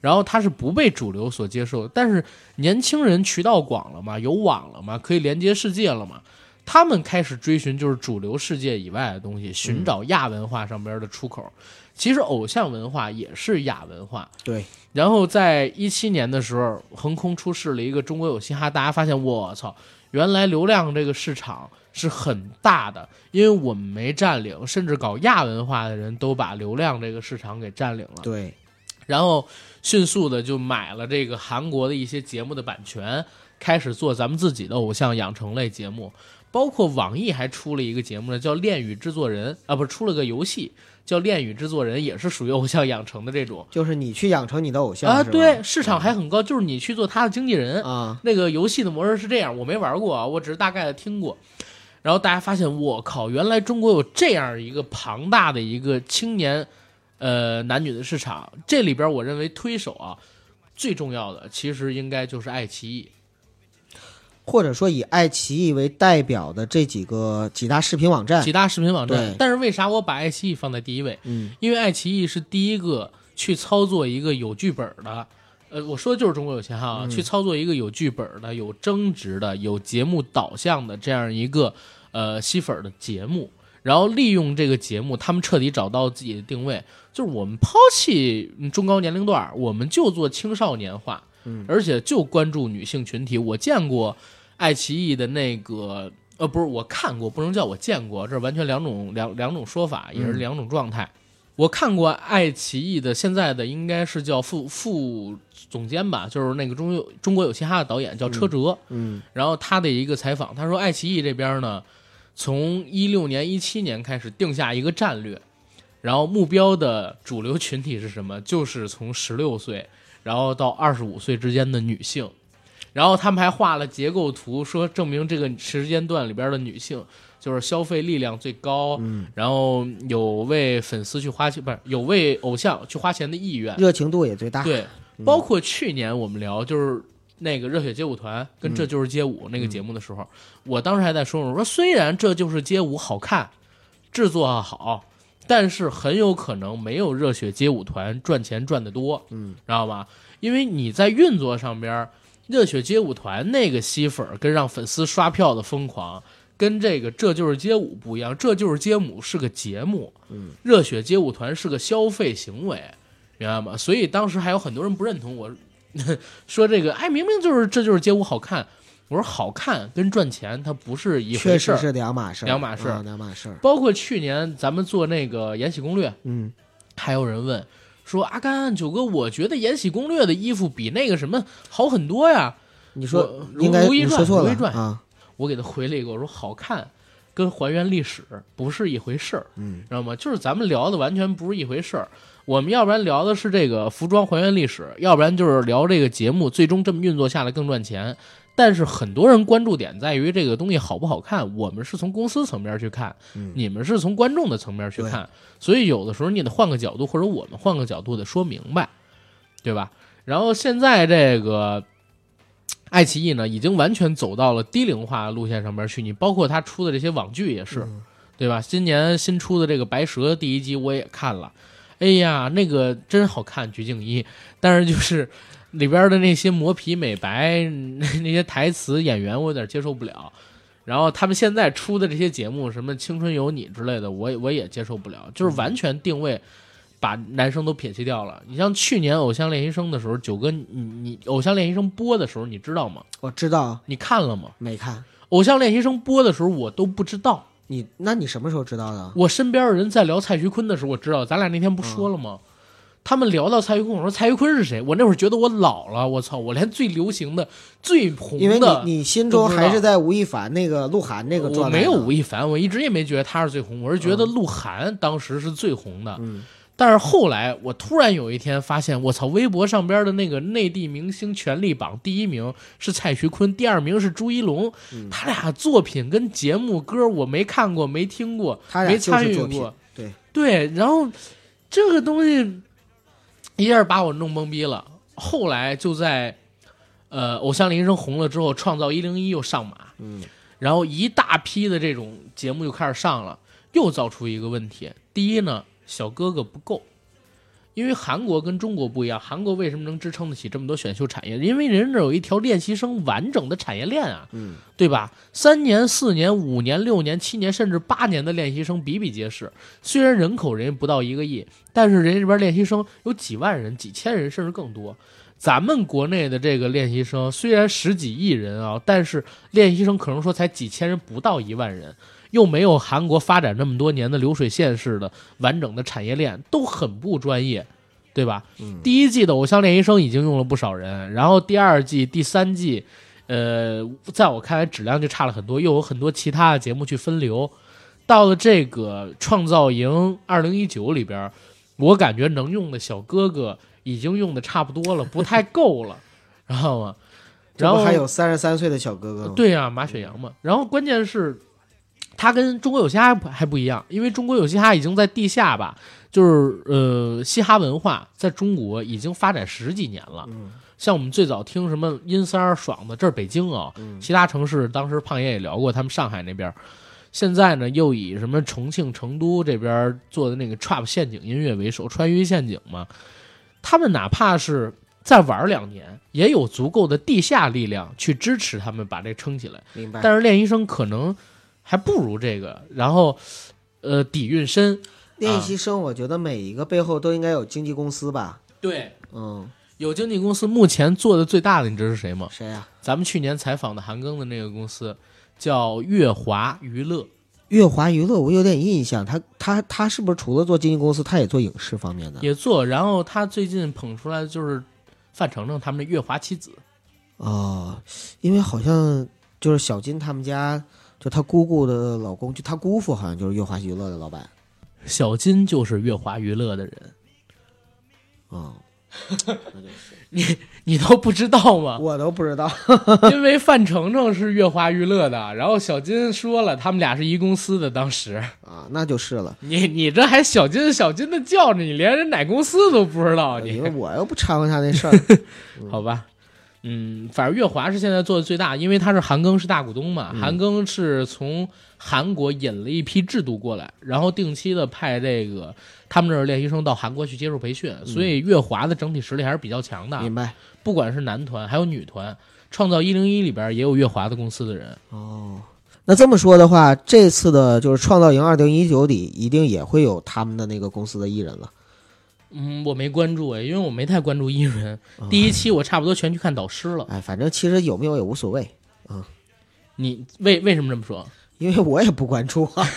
然后它是不被主流所接受的。但是年轻人渠道广了嘛，有网了嘛，可以连接世界了嘛，他们开始追寻就是主流世界以外的东西，寻找亚文化上边的出口。嗯、其实偶像文化也是亚文化。 对。 然后在一七年的时候，横空出世了一个中国有嘻哈，大家发现我操，原来流量这个市场是很大的，因为我们没占领，甚至搞亚文化的人都把流量这个市场给占领了。 对。 然后迅速的就买了这个韩国的一些节目的版权，开始做咱们自己的偶像养成类节目。包括网易还出了一个节目呢，叫《恋与制作人》啊，不是出了个游戏叫《恋与制作人》，也是属于偶像养成的这种， 就是你去养成你的偶像啊，对，市场还很高，就是你去做他的经纪人啊。 那个游戏的模式是这样，我没玩过啊，我只是大概的听过。然后大家发现，我靠，原来中国有这样一个庞大的一个青年呃男女的市场。这里边我认为推手啊，最重要的其实应该就是爱奇艺。 或者说以爱奇艺为代表的这几个几大视频网站， 几大视频网站。但是为啥我把爱奇艺放在第一位？ 嗯， 因为爱奇艺是第一个去操作一个有剧本的，呃，我说的就是中国有嘻哈啊， 嗯、 去操作一个有剧本的、有争执的、有节目导向的这样一个呃吸粉的节目。然后利用这个节目，他们彻底找到自己的定位，就是我们抛弃中高年龄段，我们就做青少年化。 嗯， 而且就关注女性群体。我见过爱奇艺的那个，呃，不是我看过，不能叫我见过，这是完全两种两两种说法，也是两种状态。嗯、我看过爱奇艺的现在的应该是叫副副总监吧，就是那个中有中国有嘻哈的导演叫车哲， 嗯，嗯然后他的一个采访，他说爱奇艺这边呢，从一六年一七年开始定下一个战略，然后目标的主流群体是什么？就是从十六岁。然后到二十五岁之间的女性，然后他们还画了结构图，说证明这个时间段里边的女性就是消费力量最高， 嗯， 然后有为粉丝去花钱，不是有为偶像去花钱的意愿， 热情度也最大。 对， 嗯、 包括去年我们聊就是那个热血街舞团跟这就是街舞那个节目的时候，嗯、我当时还在说，我说虽然这就是街舞好看，制作好。但是很有可能没有热血街舞团赚钱赚得多， 嗯， 知道吧？因为你在运作上边，热血街舞团那个吸粉跟让粉丝刷票的疯狂，跟这个这就是街舞不一样。这就是街舞是个节目， 嗯， 热血街舞团是个消费行为，明白吗？所以当时还有很多人不认同我，说这个，哎，明明就是这就是街舞好看。我说好看跟赚钱它不是一回事， 确实是两码事， 两码事， 嗯、两码事。 包括去年咱们做那个《延禧攻略》， 嗯， 还有人问说阿甘九哥，我觉得《延禧攻略》的衣服比那个什么好很多呀。 你说应该你说错了啊！ 我给他回了一个，我说好看跟还原历史不是一回事儿， 嗯， 知道吗？就是咱们聊的完全不是一回事儿。我们要不然聊的是这个服装还原历史，要不然就是聊这个节目最终这么运作下来更赚钱。但是很多人关注点在于这个东西好不好看，我们是从公司层面去看， 嗯、 你们是从观众的层面去看，所以有的时候你得换个角度，或者我们换个角度得说明白，对吧？然后现在这个爱奇艺呢，已经完全走到了低龄化路线上面去，你包括他出的这些网剧也是， 嗯、 对吧？今年新出的这个白蛇第一集我也看了，哎呀，那个真好看，鞠婧祎，但是就是里边的那些磨皮美白那些台词演员我有点接受不了，然后他们现在出的这些节目什么青春有你之类的我我也接受不了，就是完全定位把男生都撇弃掉了。你像去年偶像练习生的时候，九哥你你偶像练习生播的时候你知道吗？ 我知道。 你看了吗？ 没看。 偶像练习生播的时候我都不知道。 你那你什么时候知道的？ 我身边的人在聊蔡徐坤的时候我知道，咱俩那天不说了吗？嗯，他们聊到蔡徐坤，我说蔡徐坤是谁？我那会儿觉得我老了，我操，我连最流行的、最红的， 因为你你心中还是在吴亦凡那个鹿晗那个状态。 我没有吴亦凡，我一直也没觉得他是最红，我是觉得鹿晗当时是最红的。 嗯， 但是后来我突然有一天发现，我操，微博上边的那个内地明星权力榜第一名是蔡徐坤，第二名是朱一龙， 嗯、 他俩作品跟节目歌我没看过，没听过，没参与过。 对对，然后这个东西一下把我弄懵逼了。后来就在呃偶像练习生红了之后，创造一零一又上马， 嗯， 然后一大批的这种节目又开始上了，又造出一个问题。第一呢，小哥哥不够， 因为韩国跟中国不一样，韩国为什么能支撑得起这么多选秀产业？因为人这有一条练习生完整的产业链啊， 嗯， 对吧？三年、四年、五年、六年、七年，甚至八年的练习生比比皆是。虽然人口人家不到一个亿，但是人家这边练习生有几万人、几千人，甚至更多。咱们国内的这个练习生虽然十几亿人啊，但是练习生可能说才几千人，不到一万人。又没有韩国发展这么多年的流水线式的完整的产业链，都很不专业，对吧？ 嗯、 第一季的偶像练习生已经用了不少人，然后第二季、第三季，呃，在我看来质量就差了很多，又有很多其他的节目去分流。到了这个创造营二零一九里边，我感觉能用的小哥哥已经用的差不多了，不太够了，知道吗？然后还有三十三岁的小哥哥吗？ 对呀、啊，马雪阳嘛。然后关键是。它跟中国有嘻哈还不一样，因为中国有嘻哈已经在地下吧，就是呃，嘻哈文化在中国已经发展十几年了。 嗯， 像我们最早听什么阴三儿爽的，这是北京啊、 嗯， 其他城市当时胖爷也聊过，他们上海那边，现在呢又以什么重庆、成都这边做的那个 trap 陷阱音乐为首，川渝陷阱嘛，他们哪怕是再玩两年，也有足够的地下力量去支持他们把这撑起来。 明白。 但是练习生可能。还不如这个，然后，呃，底蕴深。 练习生，我觉得每一个背后都应该有经纪公司吧？ 对， 嗯， 有经纪公司。目前做的最大的，你知道是谁吗？ 谁呀、啊？ 咱们去年采访的韩庚的那个公司叫乐华娱乐。 乐华娱乐，我有点印象，他他他是不是除了做经纪公司，他也做影视方面的？ 也做。然后他最近捧出来的就是范丞丞他们的乐华妻子。 哦，因为好像就是小金他们家。就他姑姑的老公，就他姑父好像就是乐华娱乐的老板， 小金就是乐华娱乐的人。 哦， 你你都不知道吗？ 我都不知道， 因为范丞丞是乐华娱乐的，然后小金说了，他们俩是一公司的，当时啊，那就是了。 你你这还小金小金的叫着，你连人哪公司都不知道，你因为我又不掺和他那事儿， 好吧。嗯，反正乐华是现在做的最大，因为他是韩庚是大股东嘛， 嗯、 韩庚是从韩国引了一批制度过来，然后定期的派这个他们这儿练习生到韩国去接受培训， 嗯、 所以乐华的整体实力还是比较强的。 明白？ 不管是男团还有女团，创造一零一里边也有乐华的公司的人。 哦，那这么说的话，这次的就是创造营二零一九里一定也会有他们的那个公司的艺人了。 嗯，我没关注哎，因为我没太关注艺人。哦、第一期我差不多全去看导师了。 哎，反正其实有没有也无所谓啊、嗯。 你为为什么这么说？ 因为我也不关注啊。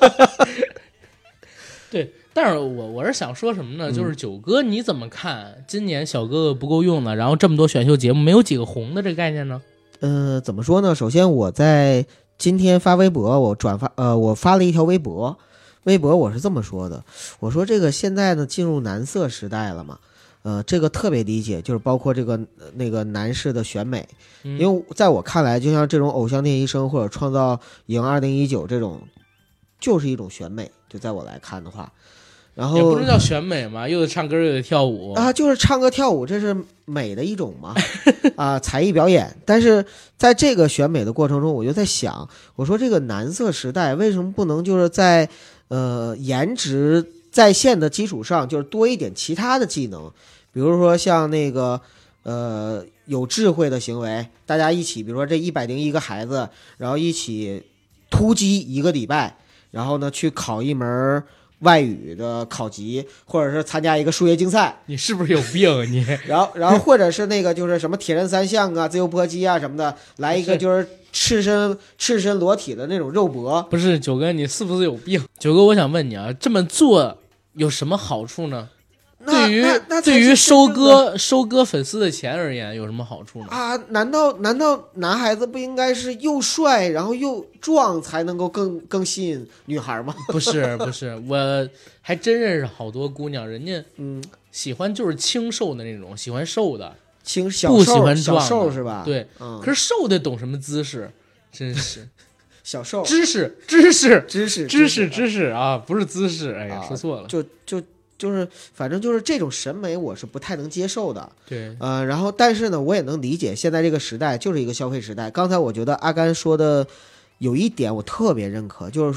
对，但是我我是想说什么呢？ 嗯、 就是九哥你怎么看今年小哥哥不够用了，然后这么多选秀节目没有几个红的这个概念呢？ 呃，怎么说呢？首先我在今天发微博，我转发呃，我发了一条微博。微博我是这么说的，我说这个现在呢进入男色时代了嘛，呃，这个特别理解，就是包括这个、呃、那个男士的选美、嗯，因为在我看来，就像这种偶像练习生或者创造营二零一九这种，就是一种选美，就在我来看的话，然后也不能叫选美嘛，又得唱歌又得跳舞啊，就是唱歌跳舞，这是美的一种嘛，啊，才艺表演。但是在这个选美的过程中，我就在想，我说这个男色时代为什么不能就是在呃，颜值在线的基础上，就是多一点其他的技能，比如说像那个呃有智慧的行为，大家一起，比如说这一百零一个孩子，然后一起突击一个礼拜，然后呢去考一门外语的考级，或者是参加一个数学竞赛。 你是不是有病你？ 然后，然后或者是那个就是什么铁人三项啊、自由搏击啊什么的，来一个就是赤身赤身裸体的那种肉搏。 不是九哥，你是不是有病？九哥，我想问你啊，这么做有什么好处呢？对于对于收割收割粉丝的钱而言，有什么好处呢？ 啊，难道难道男孩子不应该是又帅然后又壮才能够更更吸引女孩吗？ 不是不是，我还真认识好多姑娘，人家嗯喜欢就是清瘦的那种，喜欢瘦的， 清小不喜欢壮小瘦是吧？ 对， 嗯、 可是瘦的懂什么姿势？真是。 小瘦知识知识知识知识知识啊，不是姿势，哎呀， 啊、 说错了， 就就就是反正就是这种审美我是不太能接受的。 对， 呃，然后但是呢，我也能理解现在这个时代就是一个消费时代。刚才我觉得阿甘说的有一点我特别认可，就是说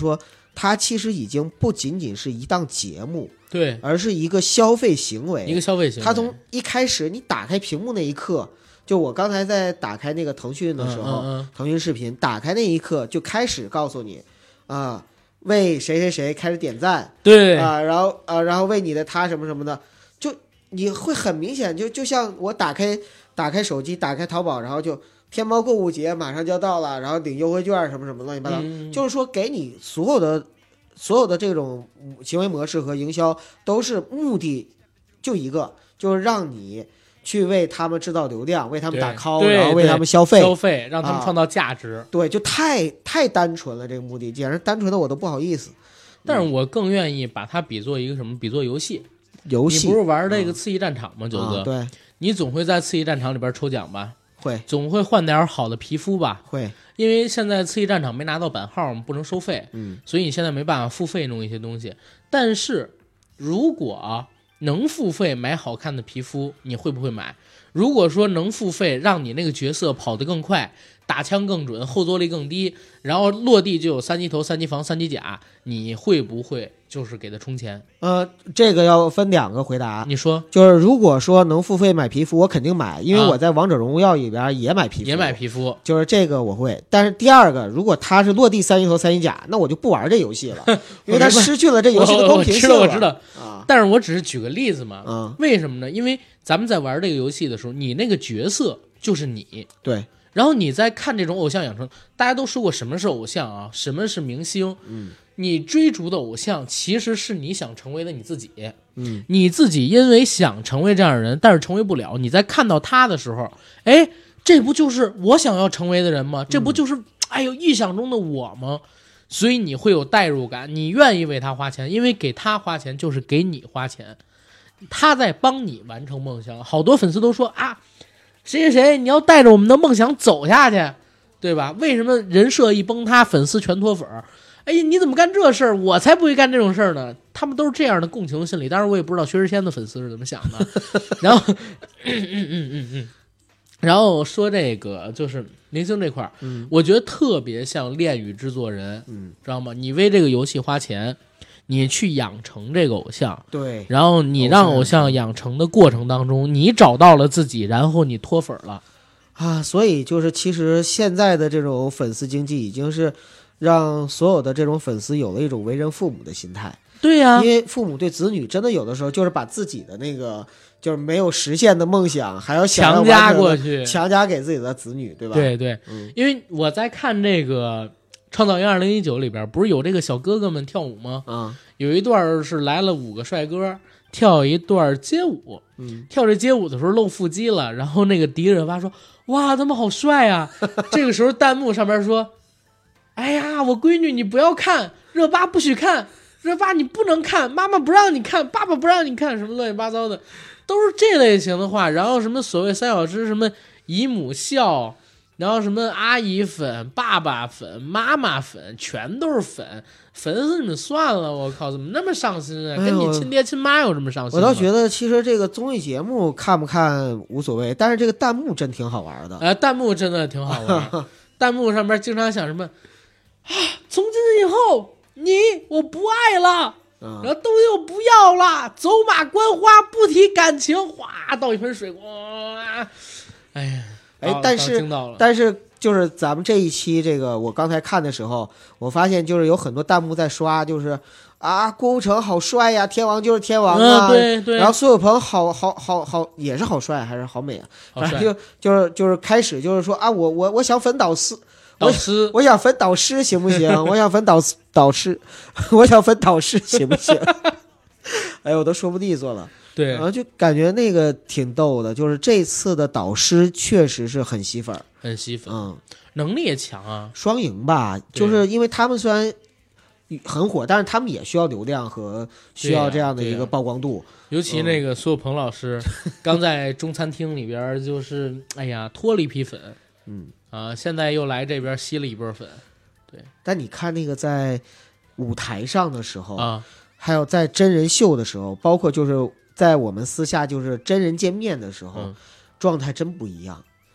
它其实已经不仅仅是一档节目， 对， 而是一个消费行为， 一个消费行为。 它从一开始你打开屏幕那一刻，就我刚才在打开那个腾讯的时候， 嗯嗯嗯腾讯视频打开那一刻就开始告诉你啊，为谁谁谁开始点赞， 对啊，然后啊，然后为你的他什么什么的，就你会很明显，就就像我打开打开手机，打开淘宝，然后就天猫购物节马上就要到了，然后领优惠券什么什么乱七八糟， 嗯、 就是说给你所有的所有的这种行为模式和营销都是目的就一个，就是让你去为他们制造流量，为他们打 call， 然后为他们消费， 消费让他们创造价值。 啊、对，就太太单纯了，这个目的简直单纯的我都不好意思。 但是我更愿意把它比作一个什么？比作游戏。 游戏， 你不是玩这个刺激战场吗？九哥、 啊，对， 你总会在刺激战场里边抽奖吧？ 会， 总会换点好的皮肤吧？ 会， 因为现在刺激战场没拿到版号，我们不能收费， 嗯， 所以你现在没办法付费弄一些东西。但是如果能付费买好看的皮肤，你会不会买？如果说能付费让你那个角色跑得更快，打枪更准，后坐力更低，然后落地就有三级头、三级防、三级甲，你会不会就是给他充钱？ 呃，这个要分两个回答。 你说， 就是如果说能付费买皮肤，我肯定买，因为我在王者荣耀里边也买皮肤， 也买皮肤， 就是这个我会。但是第二个，如果他是落地三级头、三级甲，那我就不玩这游戏了，因为他失去了这游戏的公平性了。 我知道，我知道啊。 但是我只是举个例子嘛。 嗯。 为什么呢？因为咱们在玩这个游戏的时候，你那个角色就是你。 对。 然后你在看这种偶像养成，大家都说过什么是偶像啊，什么是明星。 嗯， 你追逐的偶像其实是你想成为的你自己。 嗯， 你自己因为想成为这样的人，但是成为不了，你在看到他的时候，哎，这不就是我想要成为的人吗？这不就是、嗯、哎呦臆想中的我吗？所以你会有代入感，你愿意为他花钱，因为给他花钱就是给你花钱，他在帮你完成梦想。好多粉丝都说啊，谁谁谁，你要带着我们的梦想走下去，对吧？为什么人设一崩塌，粉丝全脱粉？哎呀，你怎么干这事儿？我才不会干这种事儿呢！他们都是这样的共情心理。当然，我也不知道薛之谦的粉丝是怎么想的。然后，嗯嗯嗯嗯嗯，然后说这个就是明星这块儿、嗯，我觉得特别像恋与制作人，嗯，知道吗？你为这个游戏花钱。你去养成这个偶像， 对， 然后你让偶像养成的过程当中，你找到了自己，然后你脱粉了啊！所以就是，其实现在的这种粉丝经济已经是让所有的这种粉丝有了一种为人父母的心态。 对呀、啊， 因为父母对子女真的有的时候就是把自己的那个就是没有实现的梦想，还要想强加过去， 强加给自己的子女，对吧？ 对对， 嗯， 因为我在看这个。创造营二零一九里边不是有这个小哥哥们跳舞吗？ 啊、嗯， 有一段是来了五个帅哥跳一段街舞， 嗯， 跳这街舞的时候露腹肌了，然后那个迪热巴说：“哇，他们好帅啊！”这个时候弹幕上边说：“哎呀，我闺女你不要看，热巴不许看，热巴你不能看，妈妈不让你看，爸爸不让你看，什么乱七八糟的，都是这类型的话。然后什么所谓三小只什么姨母笑。”然后什么阿姨粉、爸爸粉、妈妈粉，全都是粉，粉死你们算了！我靠，怎么那么上心啊？ 哎、 跟你亲爹亲妈有这么上心吗？我倒觉得其实这个综艺节目看不看无所谓，但是这个弹幕真挺好玩的。 呃，弹幕真的挺好玩，弹幕上面经常想什么啊，从今以后你我不爱了。 嗯、 然后东西我不要了，走马观花，不提感情，哗倒一盆水，哇，哎呀。 哎，但是但是就是咱们这一期这个，我刚才看的时候，我发现就是有很多弹幕在刷，就是啊，郭富城好帅呀，天王就是天王啊， 嗯、对对。 然后苏有朋好好好好也是好帅还是好美啊，反正就就是就是开始就是说啊，我我我想粉导师， 导师， 我想粉导师行不行？我想粉导导师，我想粉导师行不行？哎，我都说不利索了。 对， 然后就感觉那个挺逗的，就是这次的导师确实是很吸粉， 很吸粉， 嗯， 能力也强啊， 双赢吧，就是因为他们虽然很火，但是他们也需要流量和需要这样的一个曝光度。 啊啊、尤其那个苏有朋老师，嗯、刚在中餐厅里边就是哎呀脱了一批粉， 嗯啊，现在又来这边吸了一波粉，对。 但你看那个在舞台上的时候啊， 还有在真人秀的时候，包括就是。在我们私下就是真人见面的时候， 嗯、 状态真不一样。 对，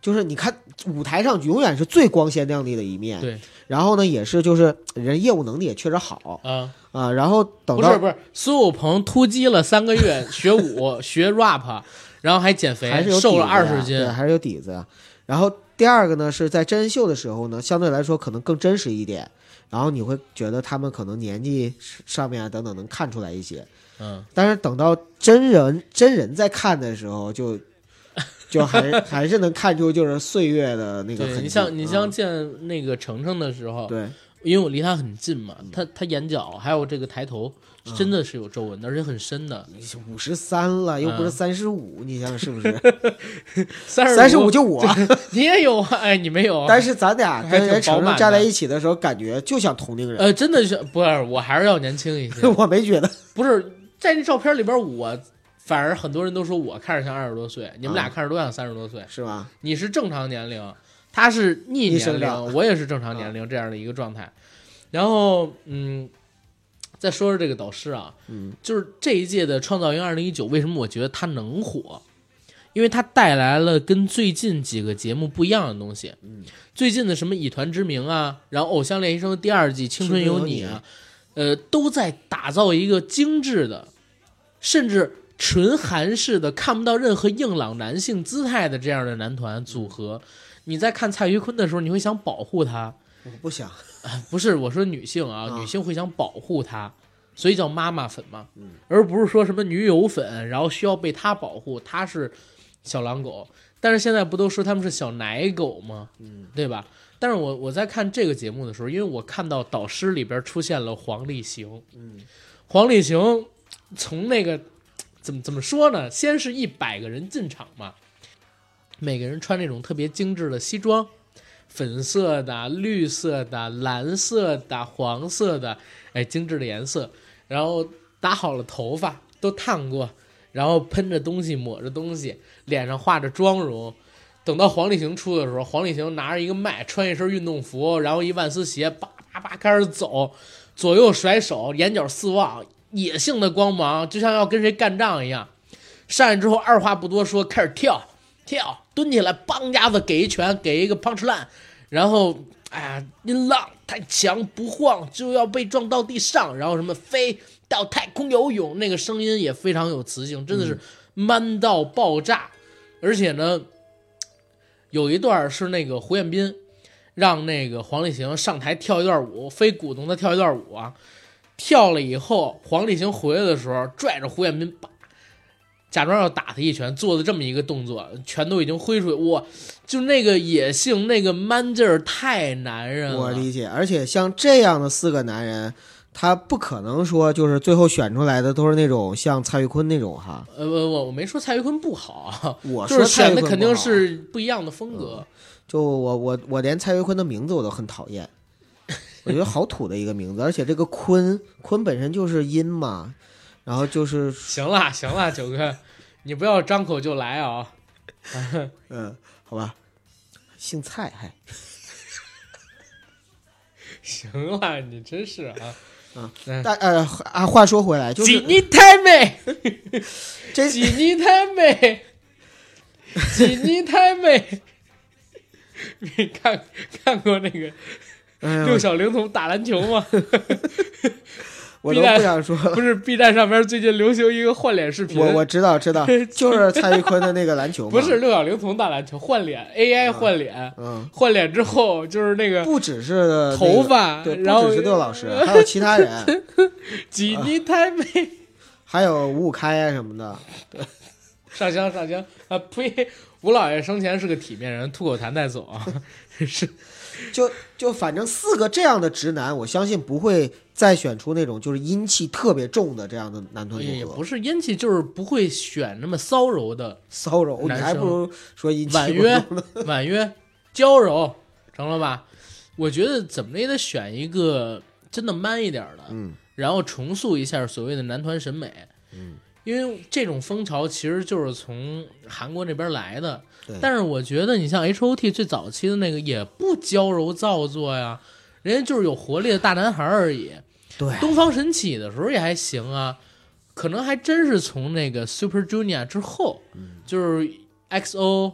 就是你看舞台上永远是最光鲜亮丽的一面， 对， 然后呢也是就是人业务能力也确实好啊啊，然后等到不是不是孙悟空突击了三个月学舞学 rap， 然后还减肥， 还是有瘦了底子二十斤， 对，还是有底子呀。然后第二个呢是在真人秀的时候呢，相对来说可能更真实一点，然后你会觉得他们可能年纪上面啊等等能看出来一些， 嗯， 但是等到真人真人在看的时候就。就还是还是能看出就是岁月的那个痕迹。 你像你像嗯见那个程程的时候， 对， 因为我离他很近嘛，他他眼角还有这个抬头，真的是有皱纹的，而且很深的。 五十三了，又不是三十五，你想想是不是？ 三三十五就我， 你也有啊？哎，你没有。 但是咱俩跟人程程站在一起的时候，感觉就像同龄人。 呃，真的是不是？我还是要年轻一些。 我没觉得， 不是在这照片里边我。反而很多人都说我看着像二十多岁，你们俩看着都像三十多岁， 是吧？ 你是正常年龄，他是逆年龄，我也是正常年龄这样的一个状态。然后，嗯，再说说这个导师啊， 嗯， 就是这一届的创造营二零一九，为什么我觉得他能火？因为他带来了跟最近几个节目不一样的东西。 嗯， 最近的什么以团之名啊，然后偶像练习生第二季青春有你啊，呃，都在打造一个精致的，甚至纯韩式的看不到任何硬朗男性姿态的这样的男团组合。你在看蔡徐坤的时候，你会想保护他。 我不想， 不是我说女性啊， 啊女性会想保护他，所以叫妈妈粉嘛， 嗯， 而不是说什么女友粉，然后需要被他保护，他是小狼狗。但是现在不都说他们是小奶狗吗？ 嗯， 对吧？但是我我在看这个节目的时候，因为我看到导师里边出现了黄立行， 嗯， 黄立行从那个怎么怎么说呢？先是一百个人进场嘛，每个人穿那种特别精致的西装，粉色的、绿色的、蓝色的、黄色的，哎，精致的颜色。然后打好了头发，都烫过，然后喷着东西，抹着东西，脸上化着妆容。等到黄立行出的时候，黄立行拿着一个麦，穿一身运动服，然后一万斯鞋，叭叭叭开始走，左右甩手，眼角四望，野性的光芒，就像要跟谁干仗一样。上来之后，二话不多说，开始跳跳，蹲起来，梆家子给一拳，给一个 punch line，然后哎呀，音浪太强不晃就要被撞到地上，然后什么飞到太空游泳，那个声音也非常有磁性，真的是 man 到爆炸。而且呢，有一段是那个胡彦斌让那个黄立行上台跳一段舞，非鼓动他跳一段舞啊。跳了以后，黄立行回来的时候拽着胡彦斌，叭，假装要打他一拳，做的这么一个动作，拳都已经挥出去，哇，就那个野性，那个 man 劲儿太男人了。 我理解，而且像这样的四个男人，他不可能说就是最后选出来的都是那种像蔡徐坤那种哈。 呃，我我没说蔡徐坤不好， 我就是选的肯定蔡徐坤不好是不一样的风格。 嗯就我我我连蔡徐坤的名字我都很讨厌，我觉得好土的一个名字，而且这个坤坤本身就是音嘛，然后就是行了行了，九哥，你不要张口就来啊！ 嗯，好吧，姓蔡还行了，你真是啊。 啊， 嗯但呃啊，话说回来，就是吉尼太美， 这吉尼太美，吉尼太美。你看看过那个哎呀六小龄童打篮球吗？ 我都不想说了。 不是 B 站上面最近流行一个换脸视频， 我我知道知道，就是蔡徐坤的那个篮球嘛。 不是六小龄童打篮球，换脸 A I 换脸， 嗯， 换脸之后就是那个不只是、那个、 头发， 对， 然后不只是六老师，还有其他人， 吉尼太美， 还有五五开啊什么的。对， 上香上香啊！呸！吴老爷生前是个体面人，吐口痰带走啊。是， 就就反正四个这样的直男，我相信不会再选出那种就是阴气特别重的这样的男团组合。 也不是阴气，就是不会选那么骚柔的骚柔，你男生还不如说阴气婉约婉约娇柔，成了吧？我觉得怎么着也得选一个真的 man 一点的， 嗯， 然后重塑一下所谓的男团审美， 嗯。 因为这种风潮其实就是从韩国那边来的， 对， 但是我觉得你像 H O T 最早期的那个也不娇柔造作呀，人家就是有活力的大男孩而已。 对， 东方神起的时候也还行啊，可能还真是从那个 Super Junior 之后， 嗯、 就是 X O，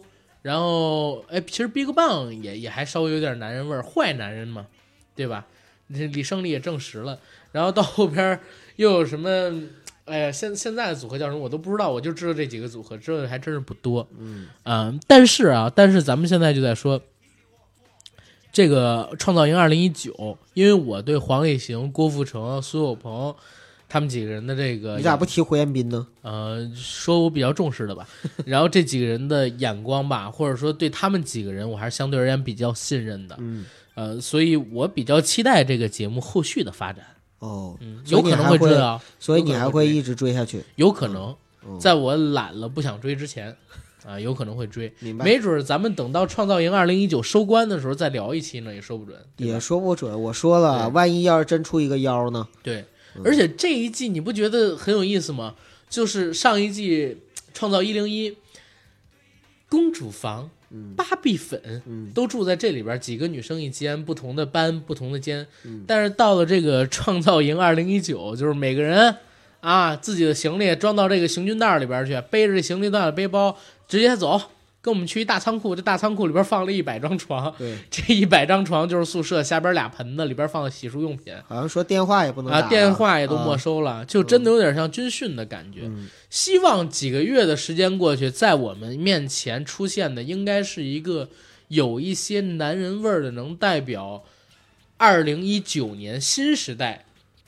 然后哎，其实 BigBang 也也还稍微有点男人味儿，坏男人嘛，对吧？这李胜利也证实了。然后到后边又有什么？哎呀，现现在的组合叫什么我都不知道，我就知道这几个组合，知道的还真是不多。 嗯啊、呃，但是啊，但是咱们现在就在说这个创造营二零一九，因为我对黄立行、郭富城、苏有朋他们几个人的这个， 你咋不提胡彦斌呢？ 呃，说我比较重视的吧。然后这几个人的眼光吧，或者说对他们几个人，我还是相对而言比较信任的。 嗯， 呃，所以我比较期待这个节目后续的发展。 哦， 嗯， 所以有可能你还会追啊， 所以你有可能追还会一直追下去？ 有可能， 嗯在我懒了不想追之前，啊、有可能会追。 明白？ 没准咱们等到创造营二零一九收官的时候再聊一期呢，也说不准。对吧也说不准。我说了， 对万一要是真出一个妖呢？ 对， 嗯而且这一季你不觉得很有意思吗？就是上一季创造一零一公主房、 嗯芭比粉嗯都住在这里边，几个女生一间，不同的班，不同的间。 嗯但是到了这个创造营二零一九，就是每个人啊自己的行李装到这个行军袋里边去，背着这行李袋的背包直接走。跟我们去一大仓库，这大仓库里边放了一百张床， 对， 这一百张床就是宿舍下边俩盆子，里边放的洗漱用品。 好像说电话也不能打啊， 了电话也都没啊收了，就真的有点像军训的感觉。 嗯希望几个月的时间过去，在我们面前出现的应该是一个有一些男人味儿的，能代表二零一九年新时代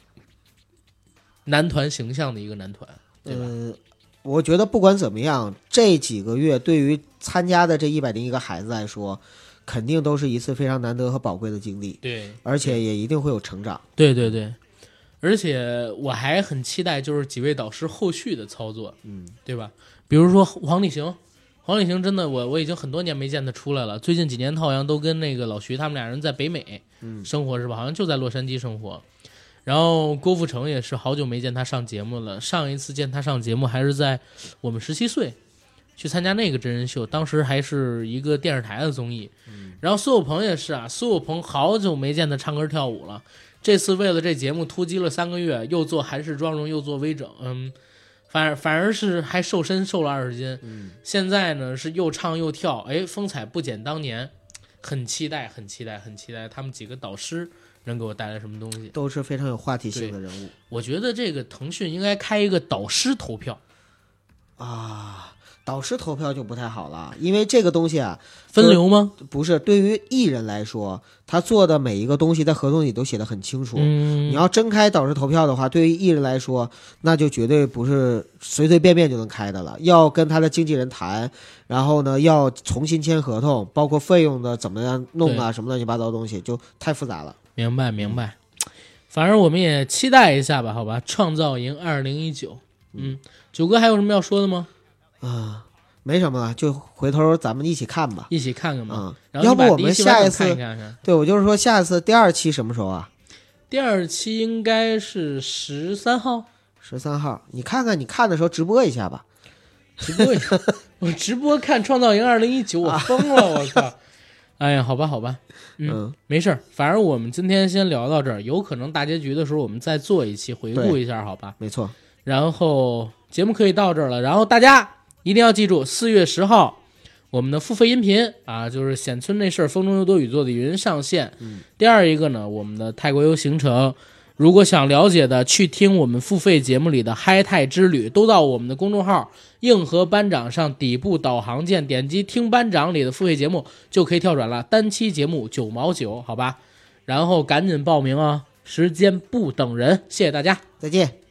男团形象的一个男团，对吧？ 嗯，我觉得不管怎么样，这几个月对于参加的这一百零一个孩子来说，肯定都是一次非常难得和宝贵的经历， 对， 而且也一定会有成长。 对对对，而且我还很期待就是几位导师后续的操作， 嗯， 对吧？比如说黄立行，黄立行真的我我已经很多年没见他出来了，最近几年他好像都跟那个老徐他们俩人在北美嗯生活是吧？好像就在洛杉矶生活。然后郭富城也是好久没见他上节目了，上一次见他上节目还是在我们十七岁去参加那个真人秀，当时还是一个电视台的综艺。然后苏有朋也是啊，苏有朋好久没见他唱歌跳舞了，这次为了这节目突击了三个月，又做韩式妆容，又做微整，嗯，反而反而是还瘦身瘦了二十斤。 嗯， 现在呢是又唱又跳，哎，风采不减当年，很期待，很期待，很期待他们几个导师能给我带来什么东西。 都是非常有话题性的人物我觉得这个腾讯应该开一个导师投票， 啊。导师投票就不太好了，因为这个东西啊， 分流吗？ 不是对于艺人来说，他做的每一个东西在合同里都写的很清楚。 嗯， 你要真开导师投票的话，对于艺人来说，那就绝对不是随随便便就能开的了，要跟他的经纪人谈，然后呢，要重新签合同，包括费用的怎么样弄啊，什么乱七八糟的东西，就太复杂了。 明白明白。反正我们也期待一下吧，好吧？创造营二零一九，嗯，九哥还有什么要说的吗？ 啊，没什么了，就回头咱们一起看吧。 一起看看吧。 嗯， 然后你把要不我们第一期完整下一次看一看看。 对，我就是说下一次第二期什么时候啊？ 第二期应该是十三号， 十三号，你看看你看的时候直播一下吧。 直播一下。我直播看创造营二零一九，我疯了，我靠！哎呀，好吧好吧，嗯， 嗯， 没事儿，反正我们今天先聊到这儿，有可能大结局的时候我们再做一期回顾一下，好吧？ 没错。 然后节目可以到这儿了，然后大家一定要记住，四月十号我们的付费音频啊，就是显村那事儿，风中有朵雨做的云上线。 嗯， 第二一个呢，我们的泰国游行程，如果想了解的，去听我们付费节目里的嗨泰之旅，都到我们的公众号硬核班长上底部导航键，点击听班长里的付费节目就可以跳转了，单期节目九毛九，好吧？然后赶紧报名啊，时间不等人，谢谢大家， 再见。